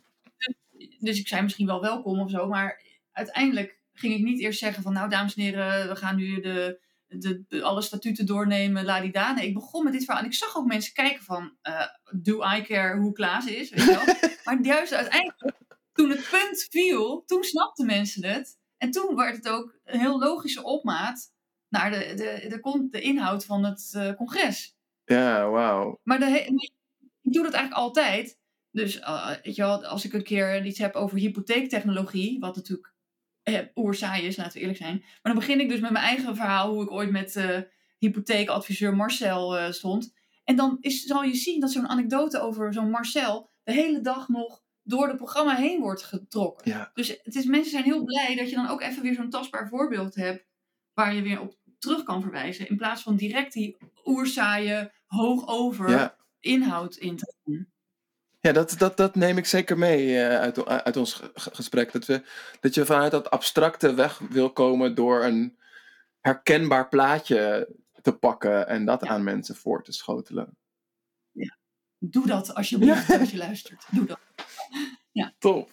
Dus, dus ik zei misschien wel welkom of zo. Maar uiteindelijk ging ik niet eerst zeggen van... Nou, dames en heren, we gaan nu de, de, de, alle statuten doornemen. Ladida. Nee, ik begon met dit verhaal. En ik zag ook mensen kijken van... Uh, do I care hoe Klaas is? Weet je wel? Maar juist uiteindelijk, toen het punt viel... Toen snapten mensen het. En toen werd het ook een heel logische opmaat naar de, de, de, de inhoud van het uh, congres. Ja, wauw. Maar de, ik doe dat eigenlijk altijd. Dus uh, weet je wel, als ik een keer iets heb over hypotheektechnologie, wat natuurlijk eh, oerzaai is, laten we eerlijk zijn. Maar dan begin ik dus met mijn eigen verhaal, hoe ik ooit met uh, hypotheekadviseur Marcel uh, stond. En dan is, zal je zien dat zo'n anekdote over zo'n Marcel de hele dag nog door het programma heen wordt getrokken. Ja. Dus het is, mensen zijn heel blij dat je dan ook even weer zo'n tastbaar voorbeeld hebt waar je weer op terug kan verwijzen. In plaats van direct die oerzaaie, hoog over ja. inhoud in te doen. Ja, dat, dat, dat neem ik zeker mee uh, uit, uit ons gesprek. Dat, we, dat je vanuit dat abstracte weg wil komen door een herkenbaar plaatje te pakken en dat ja. aan mensen voor te schotelen. Ja. Doe dat alsjeblieft ja. als je luistert. Doe dat. Ja. Top.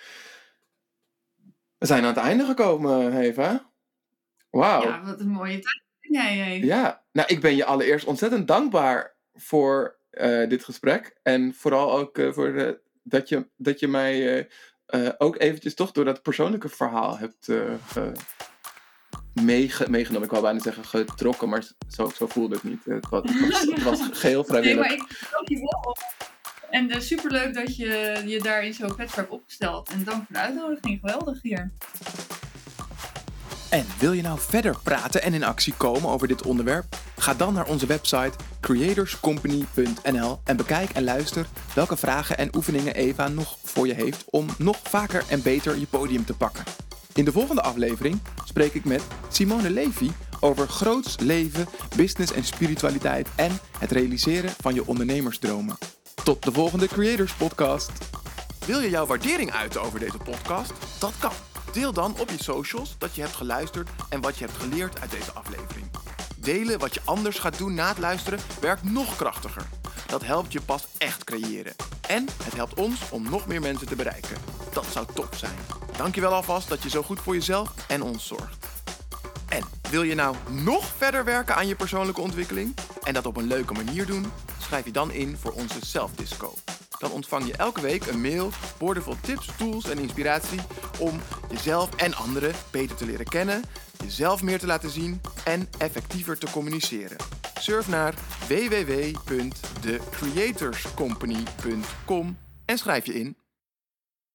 We zijn aan het einde gekomen, Eva. Wauw. Ja, wat een mooie tijd ben jij, Eva. Ja, nou, ik ben je allereerst ontzettend dankbaar voor uh, dit gesprek. En vooral ook uh, voor uh, dat, je, dat je mij uh, uh, ook eventjes toch door dat persoonlijke verhaal hebt uh, uh, meege- meegenomen. Ik wou bijna zeggen getrokken, maar zo, zo voelde het niet. Het was, het was, het was geheel vrijwillig. Nee, maar ik dank je wel. En uh, superleuk dat je je daarin zo kwetsbaar hebt opgesteld. En dank voor de uitnodiging. Geweldig hier. En wil je nou verder praten en in actie komen over dit onderwerp? Ga dan naar onze website creators company punt n l en bekijk en luister welke vragen en oefeningen Eva nog voor je heeft om nog vaker en beter je podium te pakken. In de volgende aflevering spreek ik met Simone Levy over groots leven, business en spiritualiteit en het realiseren van je ondernemersdromen. Tot de volgende Creators Podcast. Wil je jouw waardering uiten over deze podcast? Dat kan. Deel dan op je socials dat je hebt geluisterd en wat je hebt geleerd uit deze aflevering. Delen wat je anders gaat doen na het luisteren werkt nog krachtiger. Dat helpt je pas echt creëren. En het helpt ons om nog meer mensen te bereiken. Dat zou top zijn. Dankjewel alvast dat je zo goed voor jezelf en ons zorgt. En wil je nou nog verder werken aan je persoonlijke ontwikkeling en dat op een leuke manier doen? Schrijf je dan in voor onze Self-Disco. Dan ontvang je elke week een mail boordevol tips, tools en inspiratie om jezelf en anderen beter te leren kennen, jezelf meer te laten zien en effectiever te communiceren. Surf naar w w w punt the creators company punt com en schrijf je in.